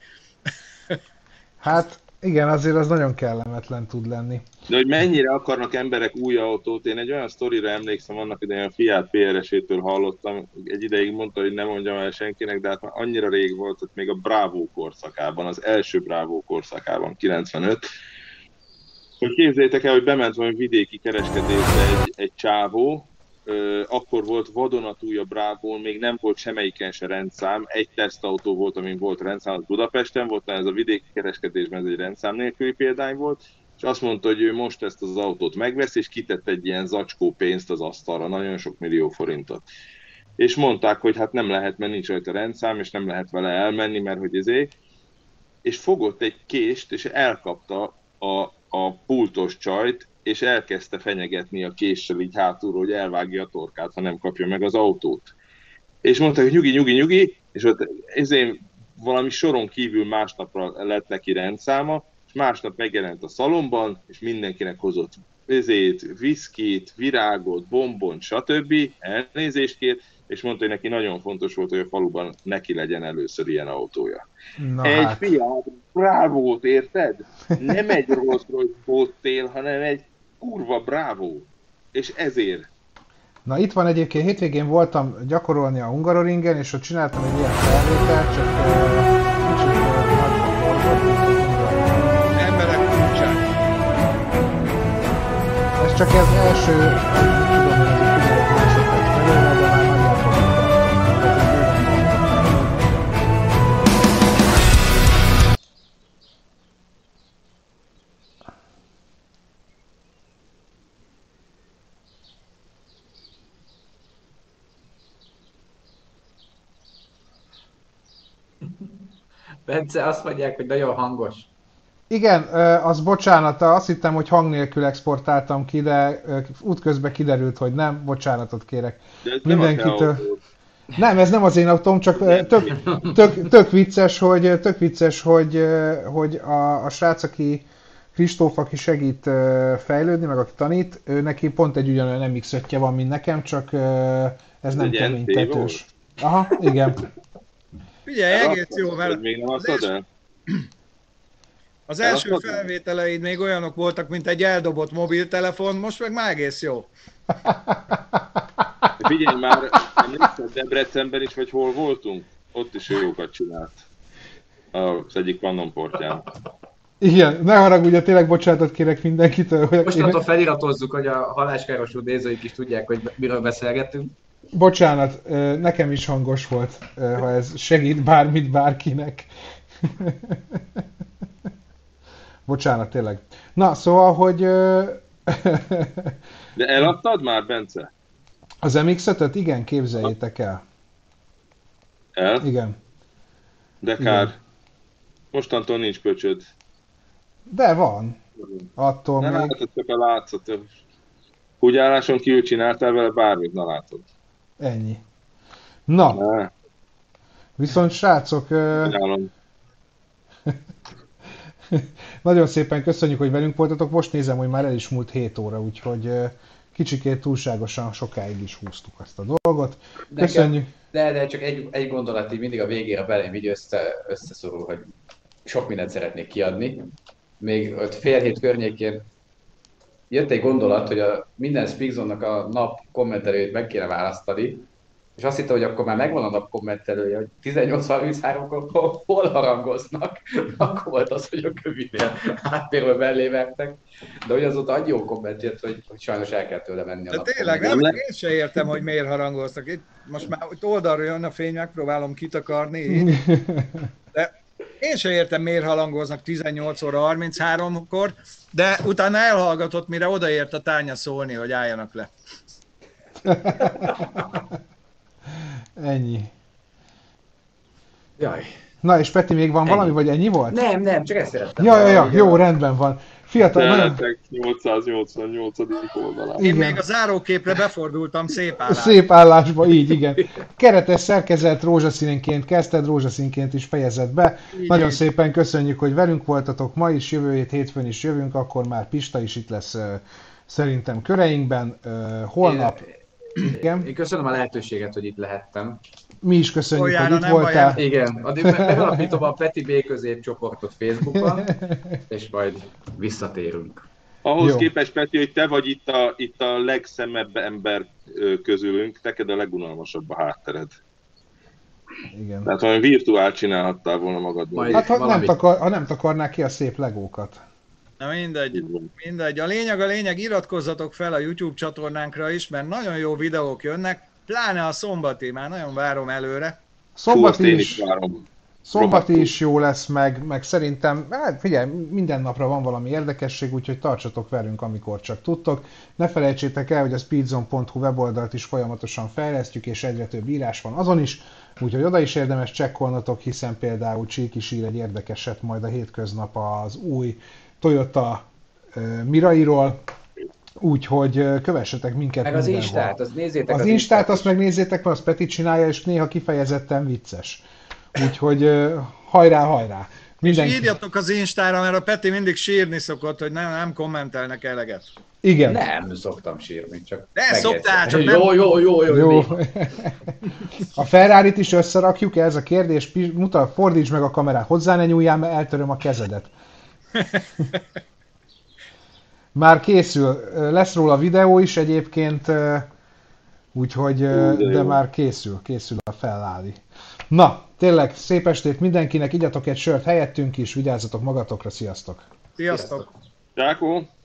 Hát igen, azért az nagyon kellemetlen tud lenni. De hogy mennyire akarnak emberek új autót, én egy olyan sztorira emlékszem, annak idején a Fiat pé er es-étől hallottam, egy ideig mondta, hogy nem mondjam el senkinek, de hát már annyira rég volt, hogy még a Bravo korszakában, az első Bravo korszakában, kilencvenöt, hogy képzeljétek el, hogy bement valami vidéki kereskedésbe egy, egy csávó, Ö, akkor volt vadonatúj a Bravo, még nem volt semmelyiken se rendszám, egy tesztautó volt, amin volt rendszám, az Budapesten volt, ez a vidéki kereskedésben ez egy rendszám nélküli példány volt, és azt mondta, hogy ő most ezt az autót megvesz, és kitett egy ilyen zacskó pénzt az asztalra, nagyon sok millió forintot. És mondták, hogy hát nem lehet, mert nincs rajta rendszám, és nem lehet vele elmenni, mert hogy ezért. És fogott egy kést, és elkapta a, a pultos csajt, és elkezdte fenyegetni a késsel így hátulról, hogy elvágja a torkát, ha nem kapja meg az autót. És mondta, hogy nyugi, nyugi, nyugi, és ott ezért valami soron kívül másnapra lett neki rendszáma, és másnap megjelent a szalomban, és mindenkinek hozott ezért, viszkit, virágot, bombont, stb. Elnézést kért, és mondta, hogy neki nagyon fontos volt, hogy a faluban neki legyen először ilyen autója. Na egy hát. Fiat Bravo-t, érted? Nem egy Rolls-Royce Bobtail, hanem egy kurva Bravo. És ezért. Na itt van egyébként, hétvégén voltam gyakorolni a Hungaroringen, és ott csináltam egy ilyen felvételt, csak uh, kicsit uh, nagyban forgott. Emberek kulcsák. Ez csak az első, nem tudom, hogy ez egy tizenöt másodperc belőle, de már nagyjából Bence, azt mondják, hogy nagyon hangos. Igen, az bocsánat, azt hittem, hogy hang nélkül exportáltam ki, de útközben kiderült, hogy nem, bocsánatot kérek De ez nem a te mindenkitől. autód. Nem, ez nem az én autóm, csak tök, tök, tök vicces, hogy, tök vicces, hogy, hogy a, a srác, aki Kristóf, aki segít fejlődni, meg aki tanít, ő neki pont egy ugyanolyan em iksz ötje van, mint nekem, csak ez nem egy kemény en té tetős. Aha, igen. Figyelj, egész jó, mert Még nem azt ad el? Az első Eladtad? felvételeid még olyanok voltak, mint egy eldobott mobiltelefon, most meg már egész jó. Figyelj már, emlékszel Debrecenben is, vagy hol voltunk? Ott is ő jókat csinált. Az egyik pannonportján. Igen, ne haragudj, tényleg bocsánatot kérek mindenkitől. Hogy Mostantól feliratozzuk, hogy a haláskárosú nézőik is tudják, hogy miről beszélgetünk. Bocsánat, nekem is hangos volt, ha ez segít bármit bárkinek. Bocsánat, tényleg. Na, szóval, hogy... De eladtad már, Bence? Az em iksz ötöt? Igen, képzeljétek el. El? Igen. De kár. Igen. Mostantól nincs pöcsöd. De van. Attól Nem még... látod, csak a látszat. Húgyálláson kívül csináltál vele bármit, na látod. Ennyi. Na, Ne, viszont srácok, ö, ajánlom. nagyon szépen köszönjük, hogy velünk voltatok. Most nézem, hogy már el is múlt hét óra, úgyhogy ö, kicsikét túlságosan sokáig is húztuk azt a dolgot. Köszönjük. De, de csak egy, egy gondolat így mindig a végére belém így össze, összeszorul, hogy sok mindent szeretnék kiadni. Még ott fél hét környékén jött egy gondolat, hogy a minden Speakzone-nak a nap kommentelőjét meg kéne választani, és azt hittem, hogy akkor már megvan a nap kommentelője, hogy tizennyolc harminchárom-kor hol, hol harangoznak. Akkor volt az, hogy a Kövinél háttérbe mellé vertek. De hogy azóta annyi jó komment jött, hogy, hogy sajnos el kell tőle menni a De nap tényleg, nem, én sem értem, hogy miért harangoztak. Itt most már itt oldalról jön a fény, megpróbálom kitakarni. Így. De én sem értem, miért harangoznak tizennyolc óra harmincháromkor, de utána elhallgatott, mire odaért a Tánya szólni, hogy álljanak le. Ennyi. Jaj. Na és Peti, még van Ennyi. valami, vagy ennyi volt? Nem, nem, csak ezt szerettem. Ja, ja, ja, Hogy jó, a- rendben van. Fiatal, nagyon... Teletek nyolcszáznyolcvannyolcadik oldalán. Én még a záróképre befordultam szép állás. Szép állásba, így, igen. Keretes szerkezet rózsaszínenként kezdted, rózsaszínként is fejezed be. Így, Nagyon így. szépen köszönjük, hogy velünk voltatok ma is, jövő hét hétfőn is jövünk, akkor már Pista is itt lesz ö, szerintem köreinkben. Ö, holnap, igen. Én köszönöm a lehetőséget, hogy itt lehettem. Mi is köszönjük, Olyanra hogy itt nem voltál. Igen, addig meg- megalapítom a Peti B középcsoportot Facebookon, és majd visszatérünk. Ahhoz Jó. képest, Peti, hogy te vagy itt a, itt a legszemebb ember ö, közülünk, neked a legunalmasabb a háttered. Igen. Tehát valami virtuál csinálhattál volna magadból. Majd- Hát ha nem, valami. takar, ha nem takarnák ki a szép legókat. Na mindegy, mindegy. A lényeg a lényeg, iratkozzatok fel a YouTube csatornánkra is, mert nagyon jó videók jönnek, pláne a szombati, már nagyon várom előre. Fú, azt Szombati én is, is várom. szombati Rohadtul. is jó lesz, meg, meg szerintem, hát figyelj, minden napra van valami érdekesség, úgyhogy tartsatok velünk, amikor csak tudtok. Ne felejtsétek el, hogy a speedzone pont hu weboldalt is folyamatosan fejlesztjük, és egyre több írás van azon is, úgyhogy oda is érdemes csekkolnotok, hiszen például Csík is ír egy érdekeset majd a hétköznap az új Toyota uh, Mirairól, úgyhogy uh, kövessetek minket Meg az mindenhol. Instát, az nézzétek Az Instát azt megnézzétek, mert azt Peti csinálja, és néha kifejezetten vicces. Úgyhogy uh, hajrá, hajrá! És Mindenki... írjatok az Instára, mert a Peti mindig sírni szokott, hogy nem, nem kommentelnek eleget. Igen. Nem szoktam sírni, csak De megjegyzem. szoktál, csak nem- Jó, jó, jó, jó. Jó. jó. A Ferrarit is összerakjuk, ez a kérdés. Pi- Mutat, fordíts meg a kamerát, hozzá ne nyúljál, mert eltöröm a kezedet. Már készül, lesz róla videó is egyébként, úgyhogy, Jó, de de jó. már készül, készül a Ferrari. Na, tényleg szép estét mindenkinek, igyatok egy sört helyettünk is, vigyázzatok magatokra, sziasztok! Sziasztok! Csákó!